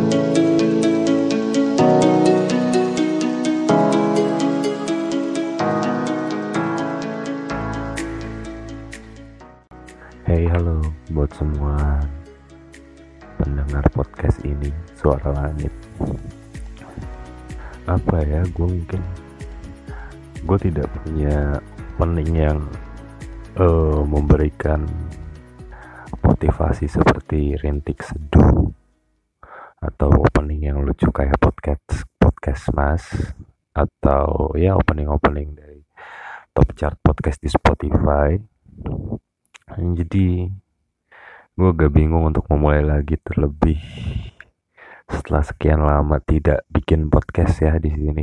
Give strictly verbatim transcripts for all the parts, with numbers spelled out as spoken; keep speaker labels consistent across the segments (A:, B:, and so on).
A: Hey halo buat semua pendengar podcast ini, Suara Langit. Apa ya, gue mungkin gue tidak punya opening yang uh, memberikan motivasi seperti rintik seduh atau opening yang lucu kayak podcast podcast mas, atau ya opening-opening dari top chart podcast di Spotify. Jadi gue agak bingung untuk memulai lagi, terlebih setelah sekian lama tidak bikin podcast ya di sini.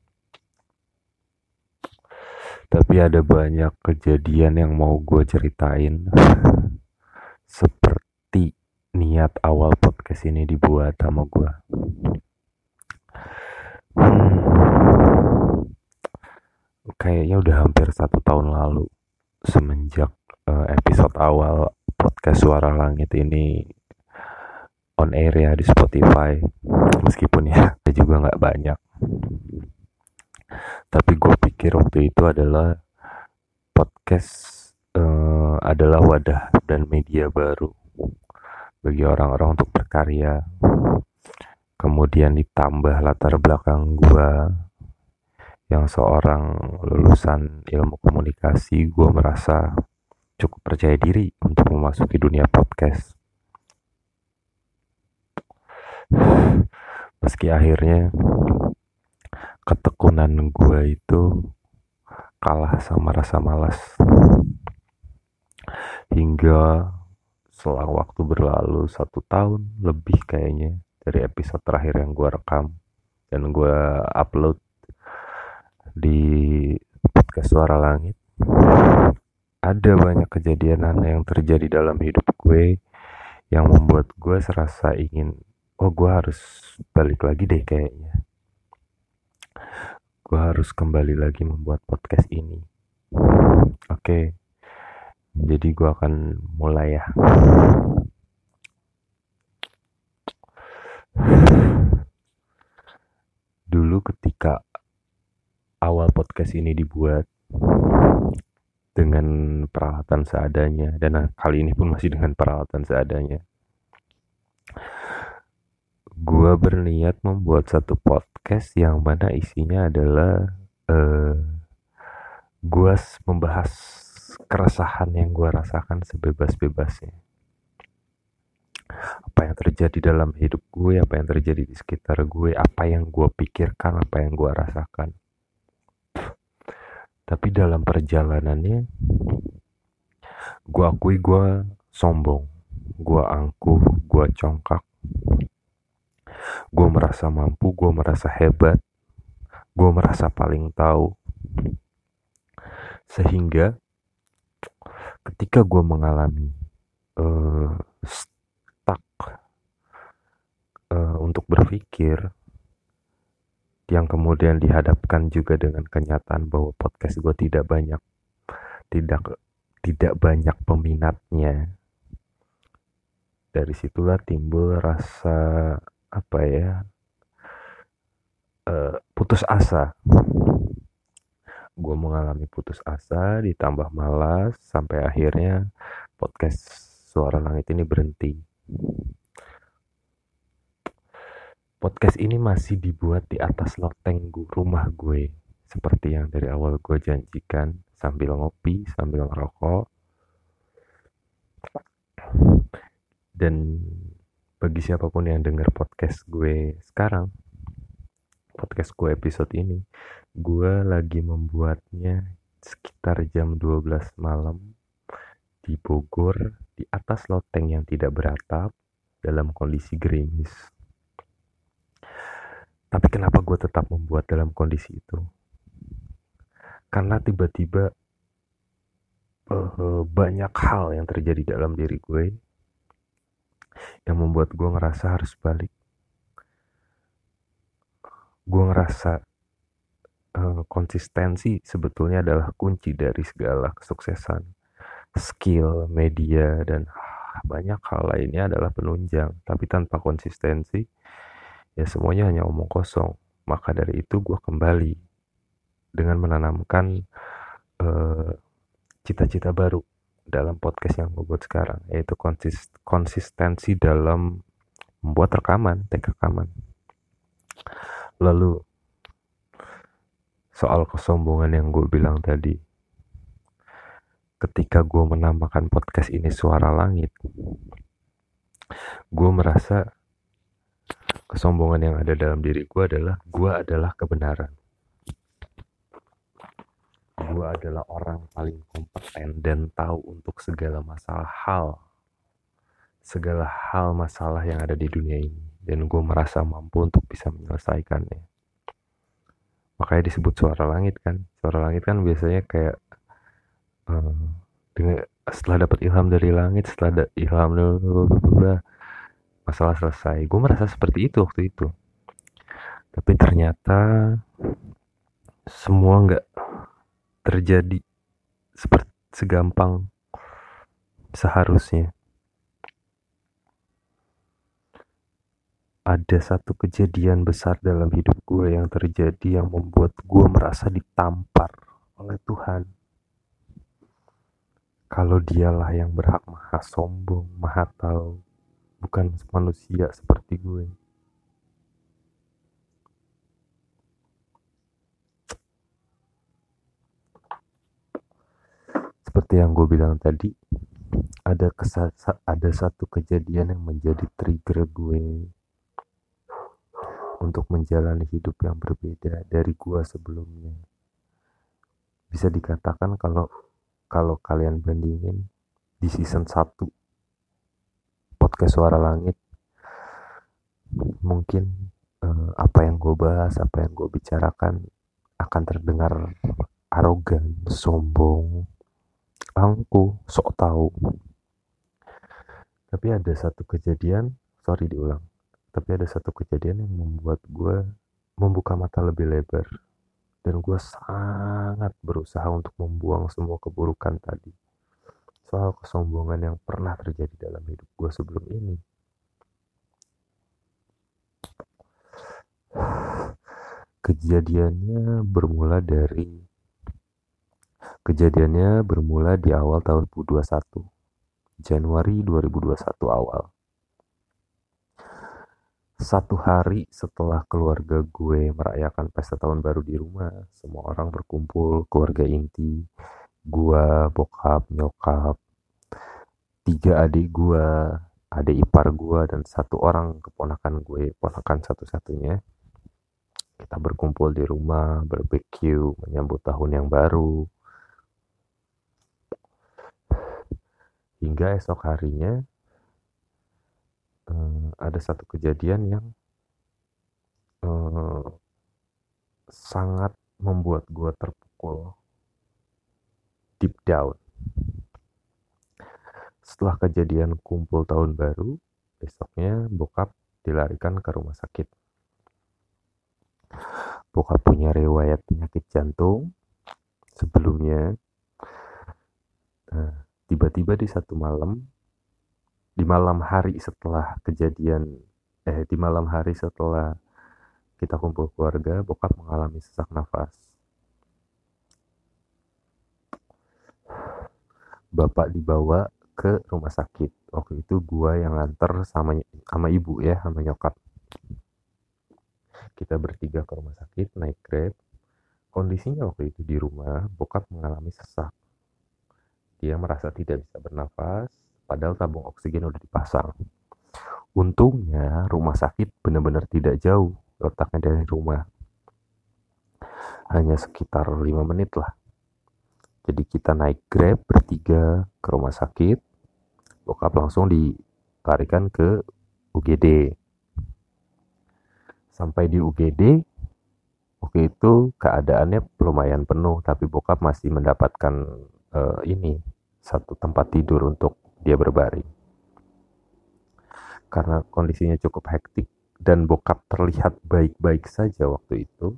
A: Tapi ada banyak kejadian yang mau gue ceritain, seperti niat awal podcast ini dibuat sama gue. Hmm, kayaknya udah hampir satu tahun lalu semenjak uh, episode awal podcast Suara Langit ini on air ya di Spotify. Meskipun ya juga nggak banyak, tapi gue pikir waktu itu adalah podcast uh, adalah wadah dan media baru bagi orang-orang untuk berkarya. Kemudian ditambah latar belakang gue yang seorang lulusan ilmu komunikasi, gue merasa cukup percaya diri untuk memasuki dunia podcast. Meski akhirnya ketekunan gue itu kalah sama rasa malas. Hingga selang waktu berlalu satu tahun lebih kayaknya dari episode terakhir yang gue rekam dan gue upload di podcast Suara Langit, ada banyak kejadian aneh yang terjadi dalam hidup gue yang membuat gue serasa ingin, oh gue harus balik lagi deh kayaknya. Gue harus kembali lagi membuat podcast ini. Oke, jadi gue akan mulai ya. Dulu ketika awal podcast ini dibuat dengan peralatan seadanya, dan kali ini pun masih dengan peralatan seadanya, gue berniat membuat satu podcast yang mana isinya adalah uh, gue membahas keresahan yang gue rasakan sebebas-bebasnya. Apa yang terjadi dalam hidup gue, apa yang terjadi di sekitar gue, apa yang gue pikirkan, apa yang gue rasakan. Tapi dalam perjalanannya, gue akui gue sombong, gue angkuh, gue congkak, gue merasa mampu, gue merasa hebat, gue merasa paling tahu. Sehingga ketika gue mengalami uh, stuck uh, untuk berpikir, yang kemudian dihadapkan juga dengan kenyataan bahwa podcast gue tidak banyak tidak tidak banyak peminatnya. Dari situlah timbul rasa apa ya uh, putus asa. Gue mengalami putus asa ditambah malas sampai akhirnya podcast Suara Langit ini berhenti. Podcast ini masih dibuat di atas loteng rumah gue, seperti yang dari awal gue janjikan, sambil ngopi, sambil ngerokok. Dan bagi siapapun yang dengar podcast gue sekarang, podcast gue episode ini, gue lagi membuatnya sekitar jam dua belas malam di Bogor, di atas loteng yang tidak beratap, dalam kondisi gerimis. Tapi kenapa gue tetap membuat dalam kondisi itu? Karena tiba-tiba uh, banyak hal yang terjadi dalam diri gue yang membuat gue ngerasa harus balik. Gue ngerasa uh, konsistensi sebetulnya adalah kunci dari segala kesuksesan. Skill, media, dan banyak hal lainnya adalah penunjang. Tapi tanpa konsistensi, ya semuanya hanya omong kosong. Maka dari itu gue kembali dengan menanamkan uh, cita-cita baru dalam podcast yang gue buat sekarang, yaitu konsis konsistensi dalam membuat rekaman, take rekaman. Lalu soal kesombongan yang gue bilang tadi, ketika gue menamakan podcast ini Suara Langit, gue merasa kesombongan yang ada dalam diri gue adalah gue adalah kebenaran. Gue adalah orang paling kompeten dan tahu untuk segala masalah hal, segala hal masalah yang ada di dunia ini. Dan gue merasa mampu untuk bisa menyelesaikannya. Makanya disebut Suara Langit kan. Suara Langit kan biasanya kayak uh, dengan, setelah dapat ilham dari langit, setelah da- ilham masalah selesai. Gue merasa seperti itu waktu itu. Tapi ternyata semua nggak terjadi seperti segampang seharusnya. Ada satu kejadian besar dalam hidup gue yang terjadi yang membuat gue merasa ditampar oleh Tuhan. Kalau dialah yang berhak maha sombong, maha tahu, bukan manusia seperti gue. Seperti yang gue bilang tadi, ada kesa- ada satu kejadian yang menjadi trigger gue untuk menjalani hidup yang berbeda dari gue sebelumnya. Bisa dikatakan kalau kalau kalian bandingin di season satu podcast Suara Langit, mungkin eh, apa yang gue bahas, apa yang gue bicarakan akan terdengar arogan, sombong, angkuh, sok tahu. Tapi ada satu kejadian, sorry diulang, tapi ada satu kejadian yang membuat gue membuka mata lebih lebar. Dan gue sangat berusaha untuk membuang semua keburukan tadi. Soal kesombongan yang pernah terjadi dalam hidup gue sebelum ini. Kejadiannya bermula dari Kejadiannya bermula di awal tahun dua ribu dua puluh satu. Januari dua ribu dua puluh satu awal. Satu hari setelah keluarga gue merayakan pesta tahun baru di rumah, semua orang berkumpul, keluarga inti, gue, bokap, nyokap, tiga adik gue, adik ipar gue, dan satu orang keponakan gue, ponakan satu-satunya. Kita berkumpul di rumah, barbecue, menyambut tahun yang baru. Hingga esok harinya, eh, ada satu kejadian yang eh, sangat membuat gue terpukul deep down. Setelah kejadian kumpul tahun baru, besoknya bokap dilarikan ke rumah sakit. Bokap punya riwayat penyakit jantung sebelumnya. Nah, tiba-tiba di satu malam, di malam hari setelah kejadian, eh di malam hari setelah kita kumpul keluarga, bokap mengalami sesak nafas. Bapak dibawa ke rumah sakit. Waktu itu gua yang nganter sama sama ibu ya, sama nyokap. Kita bertiga ke rumah sakit, naik Grab. Kondisinya waktu itu di rumah, bokap mengalami sesak. Dia merasa tidak bisa bernafas, padahal tabung oksigen udah dipasang. Untungnya rumah sakit benar-benar tidak jauh letaknya dari rumah. Hanya sekitar lima menit lah. Jadi kita naik Grab bertiga ke rumah sakit. Bokap langsung dilarikan ke U G D. Sampai di U G D, waktu itu keadaannya lumayan penuh, tapi bokap masih mendapatkan uh, ini satu tempat tidur untuk dia berbaring. Karena kondisinya cukup hektik dan bokap terlihat baik-baik saja waktu itu,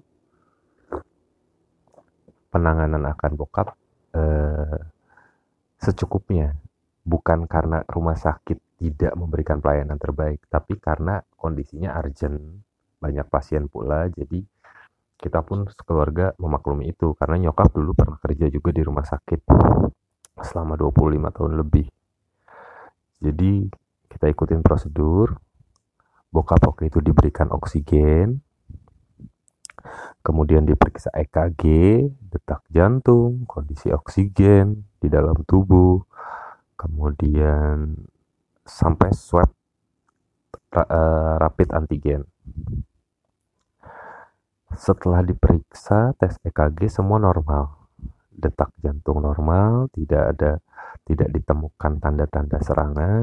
A: penanganan akan bokap uh, secukupnya. Bukan karena rumah sakit tidak memberikan pelayanan terbaik, tapi karena kondisinya urgent banyak pasien pula, jadi kita pun sekeluarga memaklumi itu karena nyokap dulu pernah kerja juga di rumah sakit selama dua puluh lima tahun lebih. Jadi kita ikutin prosedur, bokap waktu itu diberikan oksigen, kemudian diperiksa E K G, detak jantung, kondisi oksigen di dalam tubuh, kemudian sampai swab uh, rapid antigen. Setelah diperiksa tes E K G semua normal, detak jantung normal, tidak ada tidak ditemukan tanda-tanda serangan,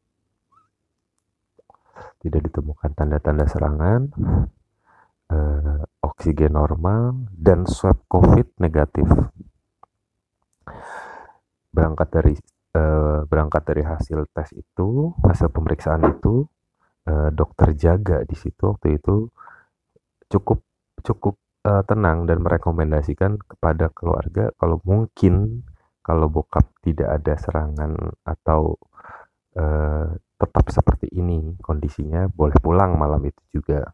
A: tidak ditemukan tanda-tanda serangan, uh, oksigen normal, dan swab COVID negatif. Berangkat dari uh, berangkat dari hasil tes itu, hasil pemeriksaan itu, uh, dokter jaga di situ waktu itu cukup cukup uh, tenang dan merekomendasikan kepada keluarga kalau mungkin kalau bokap tidak ada serangan atau uh, tetap seperti ini kondisinya, boleh pulang malam itu juga.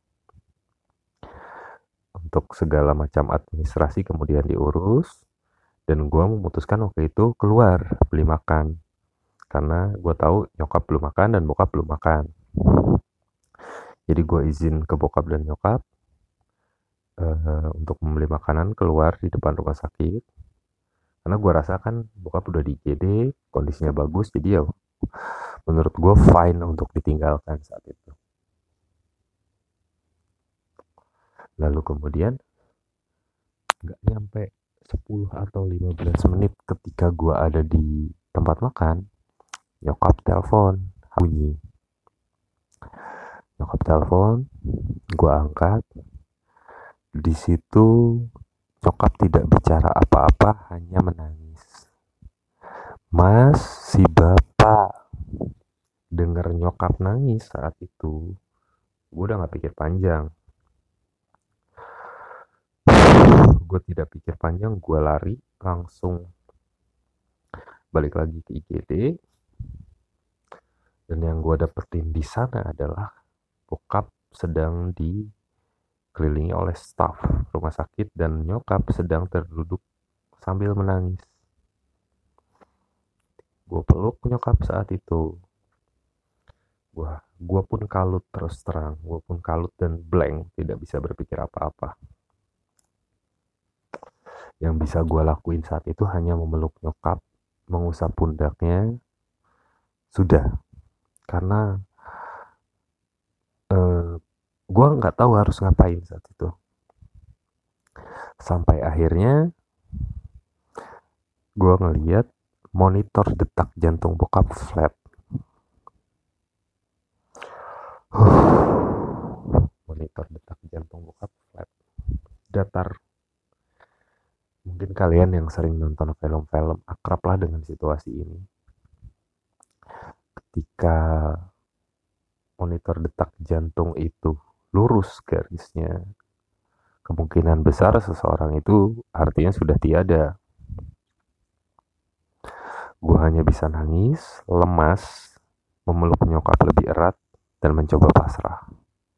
A: Untuk segala macam administrasi kemudian diurus, dan gue memutuskan waktu itu keluar beli makan karena gue tahu nyokap belum makan dan bokap belum makan. Jadi gue izin ke bokap dan nyokap uh, untuk membeli makanan keluar di depan rumah sakit karena gue rasa kan bokap udah di I G D, kondisinya bagus, jadi ya menurut gue fine untuk ditinggalkan saat itu. Lalu kemudian nggak nyampe sepuluh atau lima belas menit ketika gue ada di tempat makan, nyokap telepon bunyi. Nyokap telepon, gue angkat. Di situ nyokap tidak bicara apa-apa, hanya menangis. Mas, si bapak. Dengar nyokap nangis saat itu, gue udah gak pikir panjang. Gue tidak pikir panjang, gue lari langsung balik lagi ke I G D. Dan yang gue dapetin di sana adalah bokap sedang dikelilingi oleh staf rumah sakit dan nyokap sedang terduduk sambil menangis. Gue peluk nyokap saat itu. Wah, gue pun kalut terus terang. Gue pun kalut dan blank, tidak bisa berpikir apa-apa. Yang bisa gue lakuin saat itu hanya memeluk nyokap, mengusap pundaknya. Sudah, karena uh, gue nggak tahu harus ngapain saat itu. Sampai akhirnya gue ngeliat monitor detak jantung bokap flat. Monitor detak jantung bokap flat, datar. Mungkin kalian yang sering nonton film-film akrablah dengan situasi ini. Ketika monitor detak jantung itu lurus garisnya, kemungkinan besar seseorang itu artinya sudah tiada. Gue hanya bisa nangis, lemas, memeluk nyokap lebih erat, dan mencoba pasrah.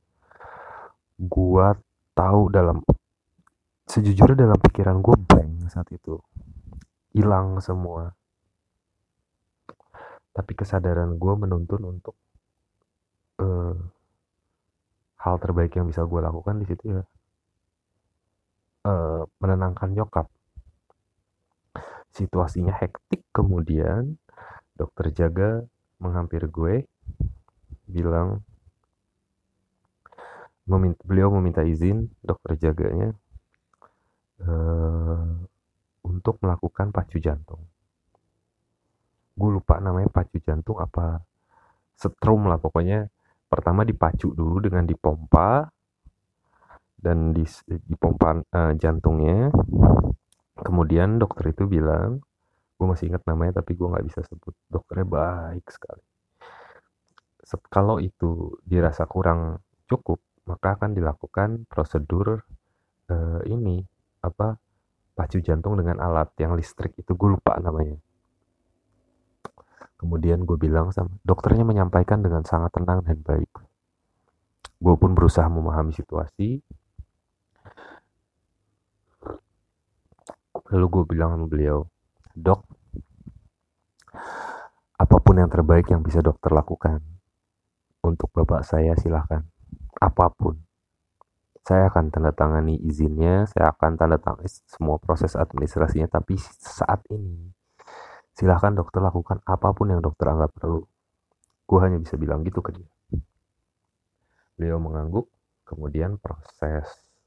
A: Gue tahu dalam sejujurnya dalam pikiran gue blank saat itu, hilang semua. Tapi kesadaran gue menuntun untuk uh, hal terbaik yang bisa gue lakukan di situ ya uh, menenangkan nyokap. Situasinya hektik, kemudian dokter jaga menghampiri gue, bilang meminta, beliau meminta izin dokter jaganya uh, untuk melakukan pacu jantung. Gue lupa namanya pacu jantung apa, setrum lah pokoknya. Pertama dipacu dulu dengan dipompa dan di dipompa uh, jantungnya. Kemudian dokter itu bilang, gue masih ingat namanya tapi gue nggak bisa sebut, dokternya baik sekali. Kalau itu dirasa kurang cukup, maka akan dilakukan prosedur uh, ini apa pacu jantung dengan alat yang listrik itu, gue lupa namanya. Kemudian gue bilang sama dokternya, menyampaikan dengan sangat tenang dan baik, Gue pun berusaha memahami situasi. Lalu gue bilang sama beliau, "Dok, apapun yang terbaik yang bisa dokter lakukan untuk bapak saya silahkan. Apapun. Saya akan tanda tangani izinnya, saya akan tanda tangani semua proses administrasinya, tapi saat ini silahkan dokter lakukan apapun yang dokter anggap perlu." Gue hanya bisa bilang gitu ke dia. Beliau mengangguk, kemudian proses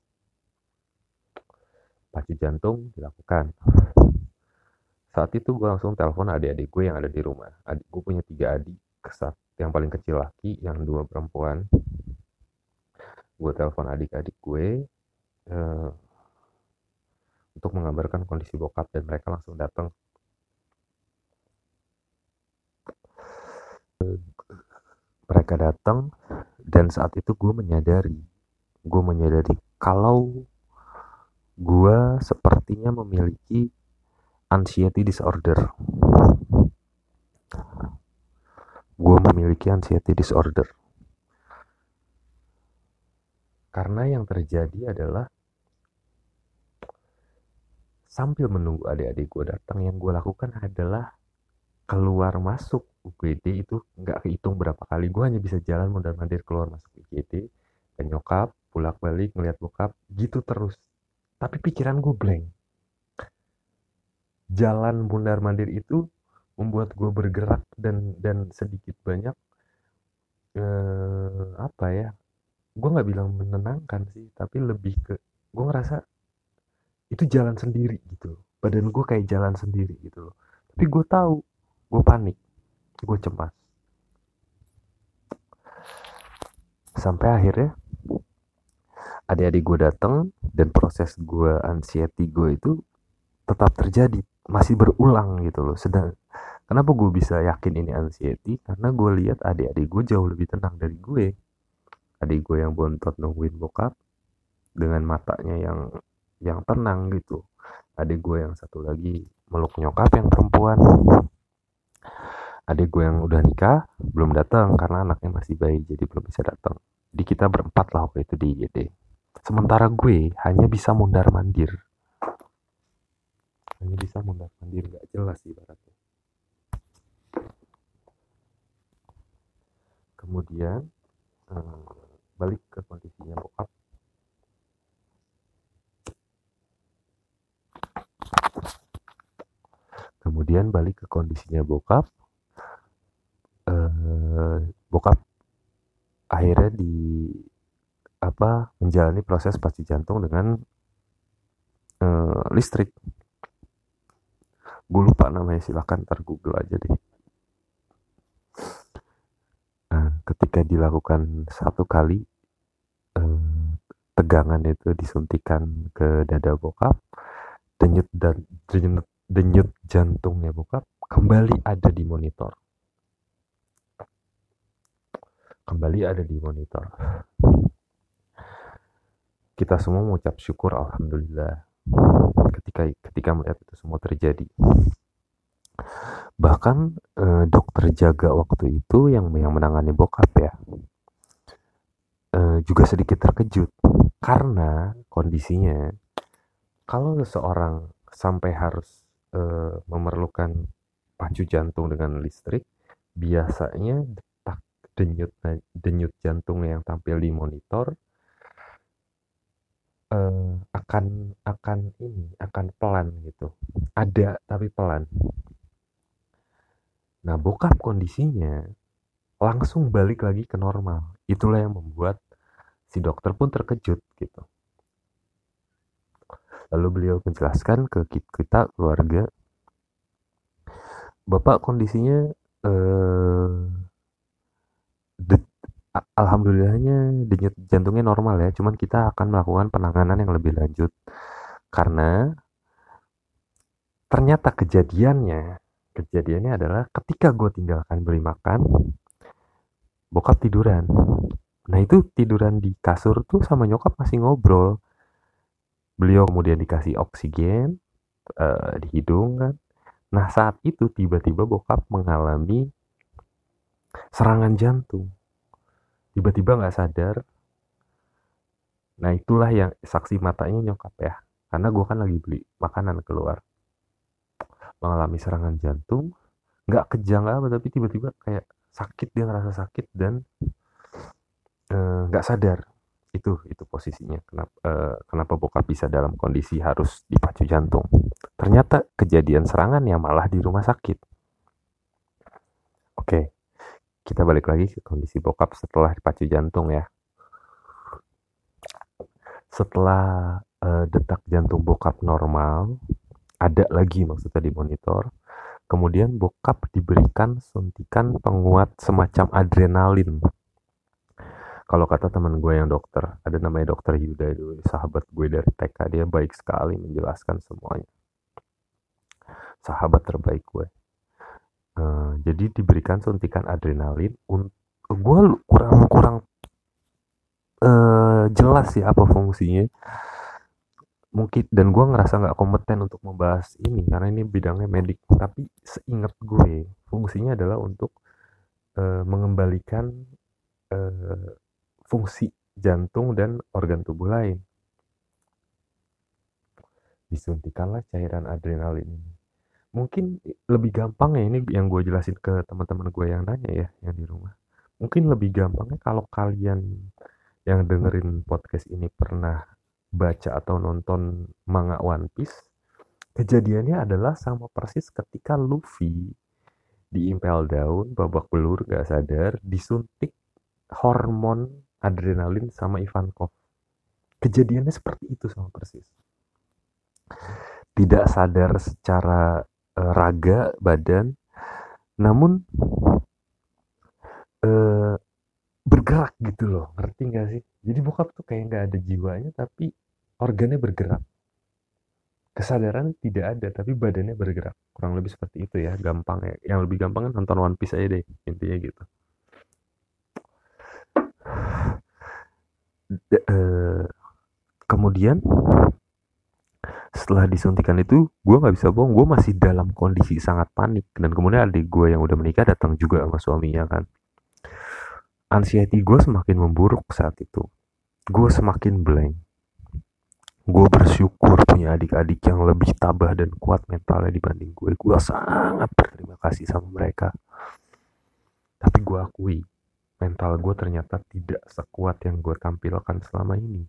A: pacu jantung dilakukan. Saat itu gue langsung telepon adik-adik gue yang ada di rumah. Adik gue punya tiga adik, yang paling kecil laki, yang dua perempuan. Gue telepon adik-adik gue uh, untuk mengabarkan kondisi bokap, dan mereka langsung datang. Mereka datang, dan saat itu gue menyadari, gue menyadari kalau gue sepertinya memiliki anxiety disorder. Gue memiliki anxiety disorder. Karena yang terjadi adalah sambil menunggu adik-adik gue datang, yang gue lakukan adalah keluar masuk U G D. Itu nggak kehitung berapa kali. Gue hanya bisa jalan mondar-mandir keluar masuk U G D, dan nyokap bolak-balik ngeliat bokap gitu terus. Tapi pikiran gue blank. Jalan mondar-mandir itu membuat gue bergerak dan dan sedikit banyak eh, apa ya? Gue nggak bilang menenangkan sih, tapi lebih ke gue ngerasa itu jalan sendiri gitu. Badan gue kayak jalan sendiri gitu loh. Tapi gue tahu, gue panik, gue cemas. Sampai akhirnya adik-adik gue datang, dan proses gue anxiety gue itu tetap terjadi, masih berulang gitu loh. Sedang kenapa gue bisa yakin ini anxiety? Karena gue lihat adik-adik gue jauh lebih tenang dari gue. Adik gue yang bontot nungguin bokap dengan matanya yang yang tenang gitu. Adik gue yang satu lagi meluk nyokap yang perempuan. Adik gue yang udah nikah belum datang karena anaknya masih bayi, jadi belum bisa datang. Di kita berempat lah waktu itu di I G D. Sementara gue hanya bisa mondar-mandir. Hanya bisa mondar-mandir, gak jelas ibaratnya. Kemudian eh, balik ke kondisinya bokap. Kemudian balik ke kondisinya bokap. Eh, bokap akhirnya di apa menjalani proses pacu jantung dengan eh, listrik. Gue lupa namanya, silahkan ntar Google aja deh. Nah, ketika dilakukan satu kali eh, tegangan itu disuntikan ke dada bokap, denyut dan denyut, denyut jantungnya bokap kembali ada di monitor. Kembali ada di monitor. Kita semua mengucap syukur, alhamdulillah, ketika ketika melihat itu semua terjadi. Bahkan eh, dokter jaga waktu itu yang yang menangani bokap ya, eh, juga sedikit terkejut karena kondisinya, kalau seseorang sampai harus eh, memerlukan pacu jantung dengan listrik, biasanya detak denyut denyut jantung yang tampil di monitor eh, akan akan ini akan pelan gitu, ada tapi pelan. Nah, bokap kondisinya langsung balik lagi ke normal. Itulah yang membuat si dokter pun terkejut gitu. Lalu beliau menjelaskan ke kita keluarga, bapak kondisinya eh, de- alhamdulillahnya denyut jantungnya normal ya, cuman kita akan melakukan penanganan yang lebih lanjut karena ternyata kejadiannya kejadiannya adalah ketika gue tinggalkan beli makan, bokap tiduran. Nah itu tiduran di kasur tuh sama nyokap masih ngobrol. Beliau kemudian dikasih oksigen uh, di hidung kan. Nah saat itu tiba-tiba bokap mengalami serangan jantung. Tiba-tiba nggak sadar, Nah itulah yang saksi matanya nyokap ya, karena gue kan lagi beli makanan keluar, mengalami serangan jantung, nggak kejang apa, tapi tiba-tiba kayak sakit, dia ngerasa sakit dan eh, nggak sadar. Itu itu posisinya kenapa eh, kenapa bokap bisa dalam kondisi harus dipacu jantung. Ternyata kejadian serangannya malah di rumah sakit. Oke, kita balik lagi ke kondisi bokap setelah dipacu jantung ya. Setelah eh, detak jantung bokap normal, ada lagi maksudnya di monitor. Kemudian bokap diberikan suntikan penguat semacam adrenalin. Kalau kata teman gue yang dokter, ada namanya dokter Yuda itu, sahabat gue dari T K, dia baik sekali menjelaskan semuanya. Sahabat terbaik gue. Eh, jadi diberikan suntikan adrenalin. Untuk gue kurang kurang eh, jelas sih apa fungsinya. Mungkin dan gue ngerasa nggak kompeten untuk membahas ini karena ini bidangnya medik. Tapi seingat gue, fungsinya adalah untuk eh, mengembalikan eh, fungsi jantung dan organ tubuh lain. Disuntikanlah cairan adrenalin ini. Mungkin lebih gampang ya, ini yang gue jelasin ke teman-teman gue yang nanya ya, yang di rumah. Mungkin lebih gampangnya kalau kalian yang dengerin podcast ini pernah baca atau nonton manga One Piece, kejadiannya adalah sama persis ketika Luffy diimpel daun, babak belur, gak sadar, disuntik hormon adrenalin sama Ivankov. Kejadiannya seperti itu sama persis. Tidak sadar secara uh, raga, badan, namun uh, bergerak gitu loh, ngerti gak sih? Jadi bokap tuh kayak gak ada jiwanya, tapi organnya bergerak. Kesadaran tidak ada, tapi badannya bergerak. Kurang lebih seperti itu ya, gampang ya. Yang lebih gampang kan nonton One Piece aja deh, intinya gitu. D uh, kemudian setelah disuntikan itu, gue nggak bisa bohong, gue masih dalam kondisi sangat panik. Dan kemudian adik gue yang udah menikah datang juga sama suaminya kan. Anxiety gue semakin memburuk saat itu. Gue semakin blank. Gue bersyukur punya adik-adik yang lebih tabah dan kuat mentalnya dibanding gue. Gue sangat berterima kasih sama mereka. Tapi gue akui, mental gue ternyata tidak sekuat yang gue tampilkan selama ini.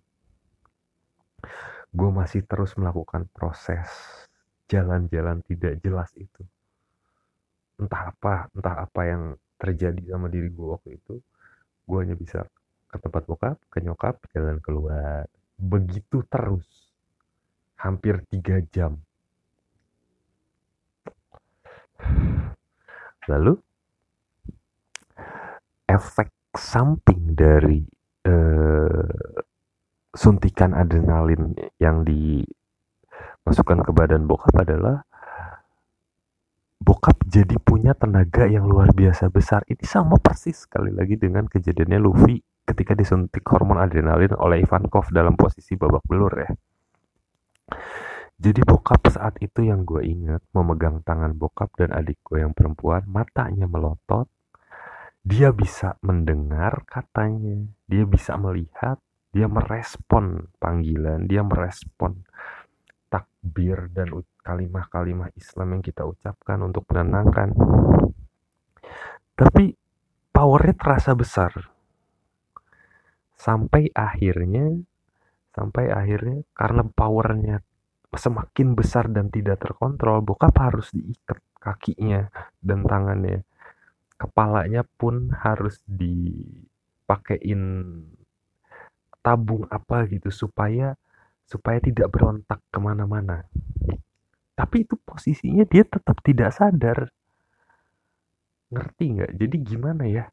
A: Gue masih terus melakukan proses jalan-jalan tidak jelas itu. Entah apa, entah apa yang terjadi sama diri gue waktu itu. Gue hanya bisa ke tempat bokap, ke nyokap, jalan keluar. Begitu terus. Hampir tiga jam. Lalu, efek samping dari eh, suntikan adrenalin yang dimasukkan ke badan bokap adalah bokap jadi punya tenaga yang luar biasa besar. Ini sama persis sekali lagi dengan kejadiannya Luffy ketika disuntik hormon adrenalin oleh Ivankov dalam posisi babak belur ya. Jadi bokap saat itu yang gue ingat memegang tangan bokap dan adik gue yang perempuan, matanya melotot, dia bisa mendengar katanya, dia bisa melihat, dia merespon panggilan, dia merespon takbir dan kalimah-kalimah Islam yang kita ucapkan untuk menenangkan. Tapi powernya terasa besar. Sampai akhirnya, sampai akhirnya karena powernya semakin besar dan tidak terkontrol, bokap harus diikat kakinya dan tangannya. Kepalanya pun harus dipakein tabung apa gitu supaya supaya tidak berontak kemana-mana. Tapi itu posisinya dia tetap tidak sadar. Ngerti nggak? Jadi gimana ya?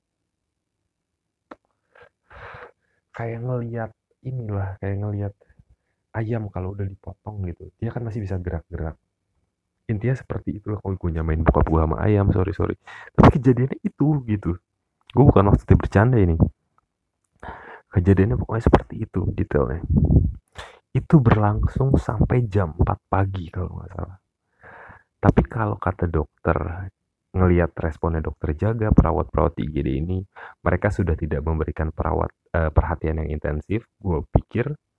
A: Kayak ngelihat inilah, kayak ngelihat ayam kalau udah dipotong gitu. Dia kan masih bisa gerak-gerak. Intinya seperti itulah kalau gue nyamain bokap gue sama ayam, sorry sorry. Tapi kejadiannya itu gitu. Gue bukan maksudnya bercanda ini. Kejadiannya pokoknya seperti itu detailnya. Itu berlangsung sampai jam empat pagi kalau nggak salah. Tapi kalau kata dokter, ngelihat responnya dokter jaga, perawat-perawat di I G D ini, mereka sudah tidak memberikan perawat eh, perhatian yang intensif. Gue pikir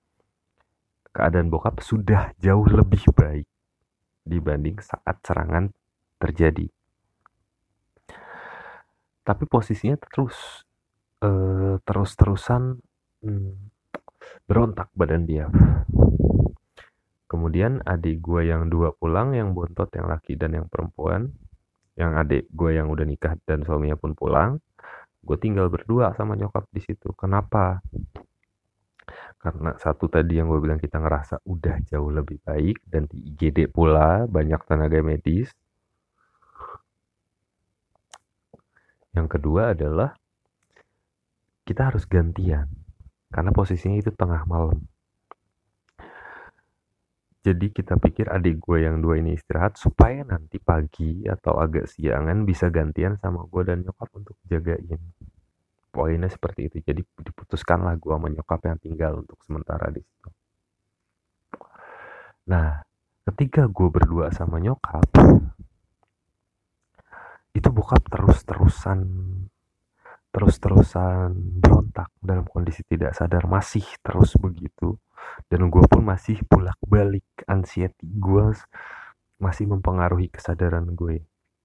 A: keadaan bokap sudah jauh lebih baik dibanding saat serangan terjadi. Tapi posisinya terus eh, terus-terusan hmm, berontak badan dia. Kemudian adik gue yang dua pulang, yang bontot, yang laki dan yang perempuan. Yang adik gue yang udah nikah dan suaminya pun pulang. Gue tinggal berdua sama nyokap di situ. Kenapa? Karena satu tadi yang gue bilang, kita ngerasa udah jauh lebih baik dan di I G D pula banyak tenaga medis. Yang kedua adalah kita harus gantian karena posisinya itu tengah malam. Jadi kita pikir adik gue yang dua ini istirahat supaya nanti pagi atau agak siangan bisa gantian sama gue dan nyokap untuk jagain. Poinnya seperti itu. Jadi diputuskanlah gue sama nyokap yang tinggal untuk sementara di situ. Nah, ketika gue berdua sama nyokap, itu bokap terus-terusan terus-terusan berontak dalam kondisi tidak sadar, masih terus begitu. Dan gue pun masih bolak-balik, anxiety gue masih mempengaruhi kesadaran gue.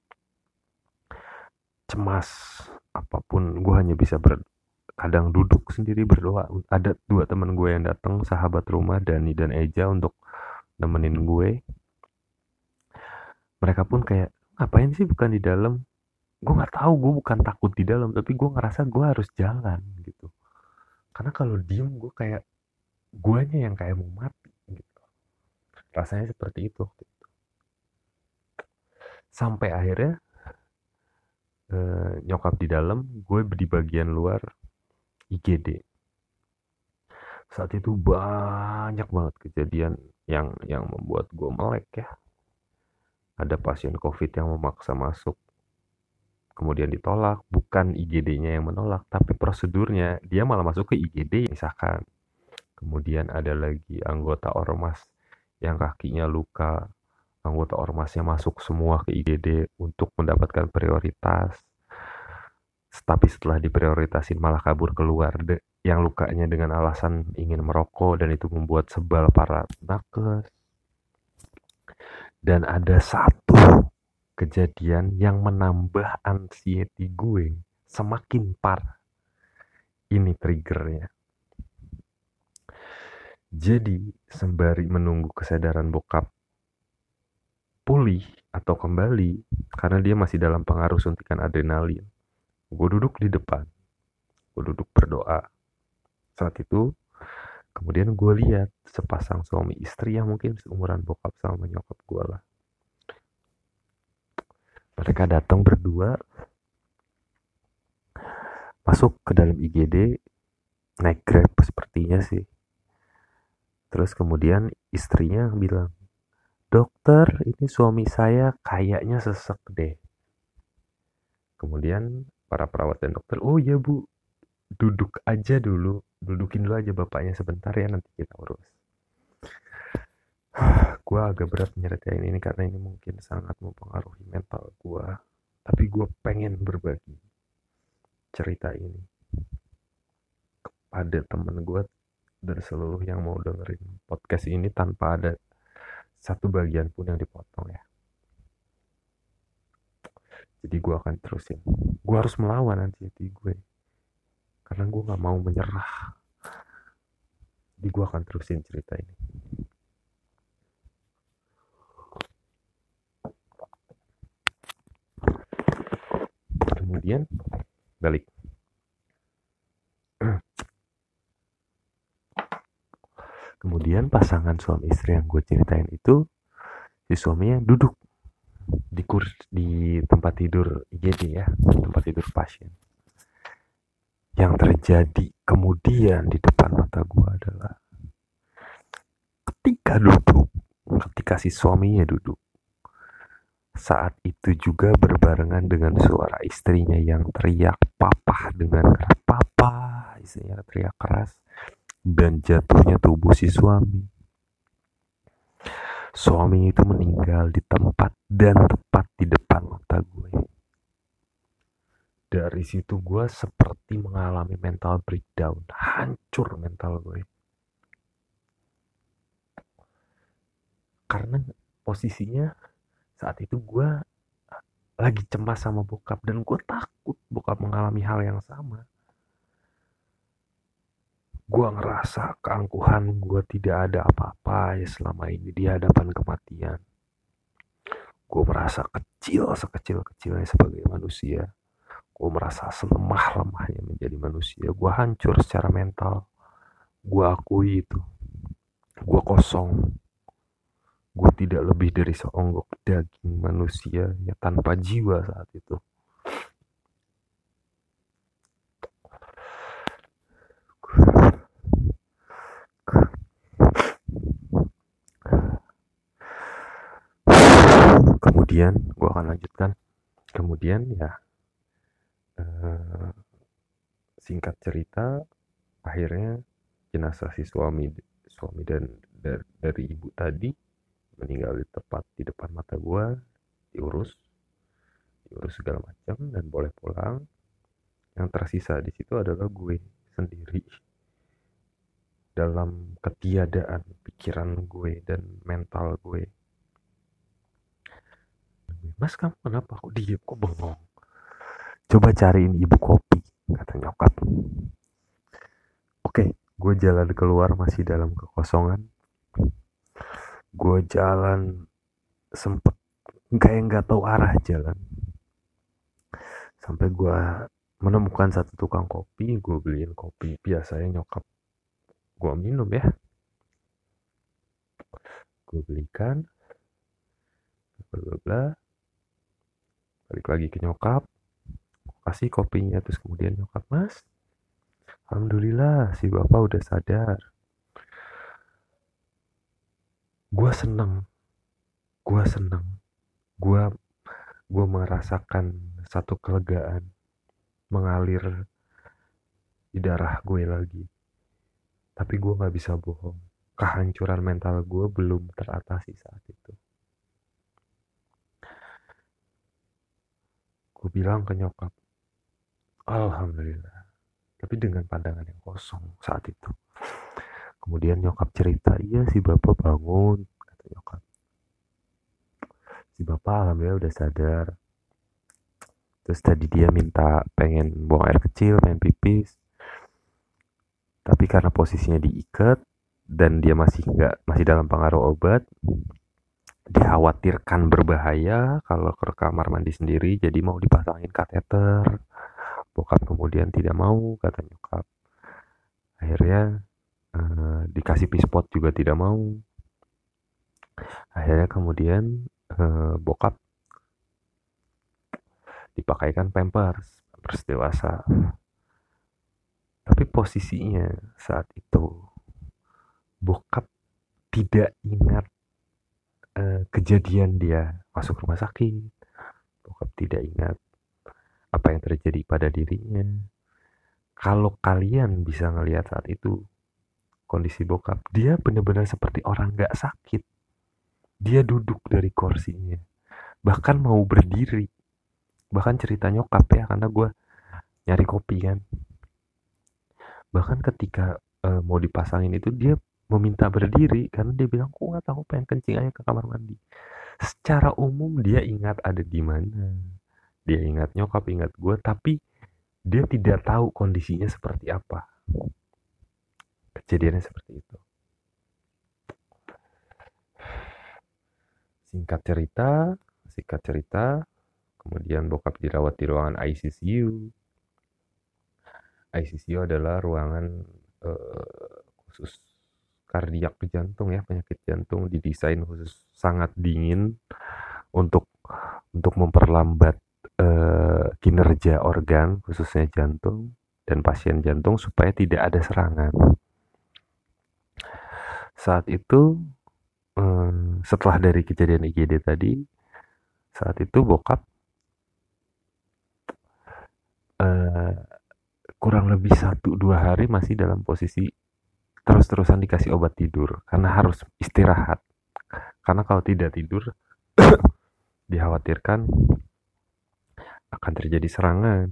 A: Cemas, apapun, gue hanya bisa ber, kadang duduk sendiri berdoa. Ada dua teman gue yang datang, sahabat rumah, Dani dan Eja, untuk nemenin gue. Mereka pun kayak, ngapain sih bukan di dalam? Gue nggak tahu, gue bukan takut di dalam, tapi gue ngerasa gue harus jalan gitu. Karena kalau diem gue kayak guanya yang kayak mau mati gitu. Rasanya seperti itu. Sampai akhirnya eh, nyokap di dalam, gue di bagian luar I G D. Saat itu banyak banget kejadian yang yang membuat gue melek ya. Ada pasien COVID yang memaksa masuk, kemudian ditolak. Bukan I G D-nya yang menolak, tapi prosedurnya dia malah masuk ke I G D, misalkan. Kemudian ada lagi anggota ormas yang kakinya luka. Anggota ormasnya masuk semua ke I G D untuk mendapatkan prioritas. Tapi setelah diprioritasin malah kabur keluar. De- yang lukanya dengan alasan ingin merokok dan itu membuat sebal para nakes. Dan ada satu kejadian yang menambah anxiety gue semakin parah. Ini triggernya. Jadi sembari menunggu kesadaran bokap pulih atau kembali, karena dia masih dalam pengaruh suntikan adrenalin, gue duduk di depan, gue duduk berdoa. Saat itu kemudian gue lihat sepasang suami istri yang mungkin seumuran bokap sama nyokap gue lah. Mereka datang berdua, masuk ke dalam I G D, naik Grab sepertinya sih. Terus kemudian istrinya bilang, dokter, ini suami saya kayaknya sesek deh. Kemudian para perawat dan dokter, oh iya bu, duduk aja dulu, dudukin dulu aja bapaknya sebentar ya, nanti kita urus. Gue agak berat nyeritain ini karena ini mungkin sangat mempengaruhi mental gue. Tapi gue pengen berbagi cerita ini kepada temen gue dan seluruh yang mau dengerin podcast ini tanpa ada satu bagian pun yang dipotong ya. Jadi gue akan terusin. Gue harus melawan anxiety gue. Karena gue gak mau menyerah. Jadi gue akan terusin cerita ini. Kemudian balik. Kemudian pasangan suami istri yang gue ceritain itu, si suaminya duduk di kur di tempat tidur I G D ya, tempat tidur pasien. Yang terjadi kemudian di depan mata gue adalah ketika duduk, ketika si suaminya duduk, saat itu juga berbarengan dengan suara istrinya yang teriak papa dengan keras, papa, istrinya teriak keras, dan jatuhnya tubuh si suami. Suami itu meninggal di tempat dan tepat di depan mata gue. Dari situ gue seperti mengalami mental breakdown, hancur mental gue. karena posisinya saat itu gue lagi cemas sama bokap dan gue takut bokap mengalami hal yang sama. Gue ngerasa keangkuhan gue tidak ada apa-apa ya selama ini di hadapan kematian. Gue merasa kecil sekecil-kecilnya sebagai manusia. Gue merasa selemah-lemahnya menjadi manusia. Gue hancur secara mental. Gue akui itu. Gue kosong. Gue tidak lebih dari seonggok daging manusia ya tanpa jiwa saat itu. Kemudian gue akan lanjutkan. Kemudian ya eh, singkat cerita, akhirnya jenazah si suami suami dan dari, dari ibu tadi meninggal di tepat di depan mata gue, diurus diurus segala macam dan boleh pulang. Yang tersisa di situ adalah gue sendiri dalam ketiadaan pikiran gue dan mental gue. Mas, kamu kenapa kok diem, kok bengong? Coba cariin ibu kopi, kata nyokap. Oke, gue jalan keluar masih dalam kekosongan. Gue jalan sempet kayak nggak tahu arah jalan. Sampai gue menemukan satu tukang kopi, gue beliin kopi. Biasanya nyokap gue minum ya. Gue belikan, bla bla bla. Balik lagi ke nyokap, kasih kopinya. Terus kemudian nyokap, mas, alhamdulillah si bapak udah sadar. Gue seneng, gue seneng, gue gue merasakan satu kelegaan mengalir di darah gue lagi. Tapi gue nggak bisa bohong, kehancuran mental gue belum teratasi saat itu. Gue bilang ke nyokap, alhamdulillah, tapi dengan pandangan yang kosong saat itu. Kemudian nyokap cerita, iya si bapak bangun, kata nyokap. Si bapak alhamdulillah udah sadar. Terus tadi dia minta pengen buang air kecil, pengen pipis. Tapi karena posisinya diikat dan dia masih nggak masih dalam pengaruh obat, dikhawatirkan berbahaya kalau ke kamar mandi sendiri, jadi mau dipasangin kateter. Bokap kemudian tidak mau, kata nyokap. Akhirnya eh, dikasih pispot juga tidak mau. Akhirnya kemudian eh, bokap dipakaikan pampers, pampers dewasa. Tapi posisinya saat itu bokap tidak ingat eh, kejadian dia masuk rumah sakit. Bokap tidak ingat apa yang terjadi pada dirinya. Kalau kalian bisa ngelihat saat itu kondisi bokap, dia benar-benar seperti orang gak sakit. Dia duduk dari kursinya, bahkan mau berdiri. Bahkan cerita nyokap ya, karena gue nyari kopi kan. Bahkan ketika uh, mau dipasangin itu dia meminta berdiri karena dia bilang, kok nggak tahu pengen kencing aja ke kamar mandi. Secara umum dia ingat ada di mana, dia ingat nyokap, ingat gue, tapi dia tidak tahu kondisinya seperti apa. Kejadiannya seperti itu. Singkat cerita, singkat cerita, kemudian bokap dirawat di ruangan I C U. I C U adalah ruangan uh, khusus kardiak jantung ya, penyakit jantung, didesain khusus sangat dingin untuk untuk memperlambat uh, kinerja organ khususnya jantung dan pasien jantung supaya tidak ada serangan. Saat itu um, setelah dari kejadian I G D tadi, saat itu bokap uh, kurang lebih satu dua hari masih dalam posisi terus-terusan dikasih obat tidur karena harus istirahat. Karena kalau tidak tidur dikhawatirkan akan terjadi serangan.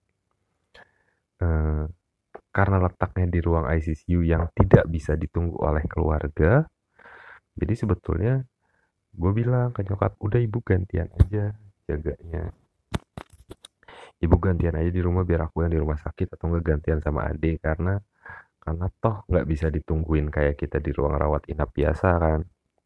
A: Eh, karena letaknya di ruang I C U yang tidak bisa ditunggu oleh keluarga, jadi sebetulnya Gue bilang ke nyokap, udah ibu gantian aja jaganya, ibu gantian aja di rumah biar aku yang di rumah sakit, atau enggak gantian sama adik, karena karena toh nggak bisa ditungguin kayak kita di ruang rawat inap biasa kan.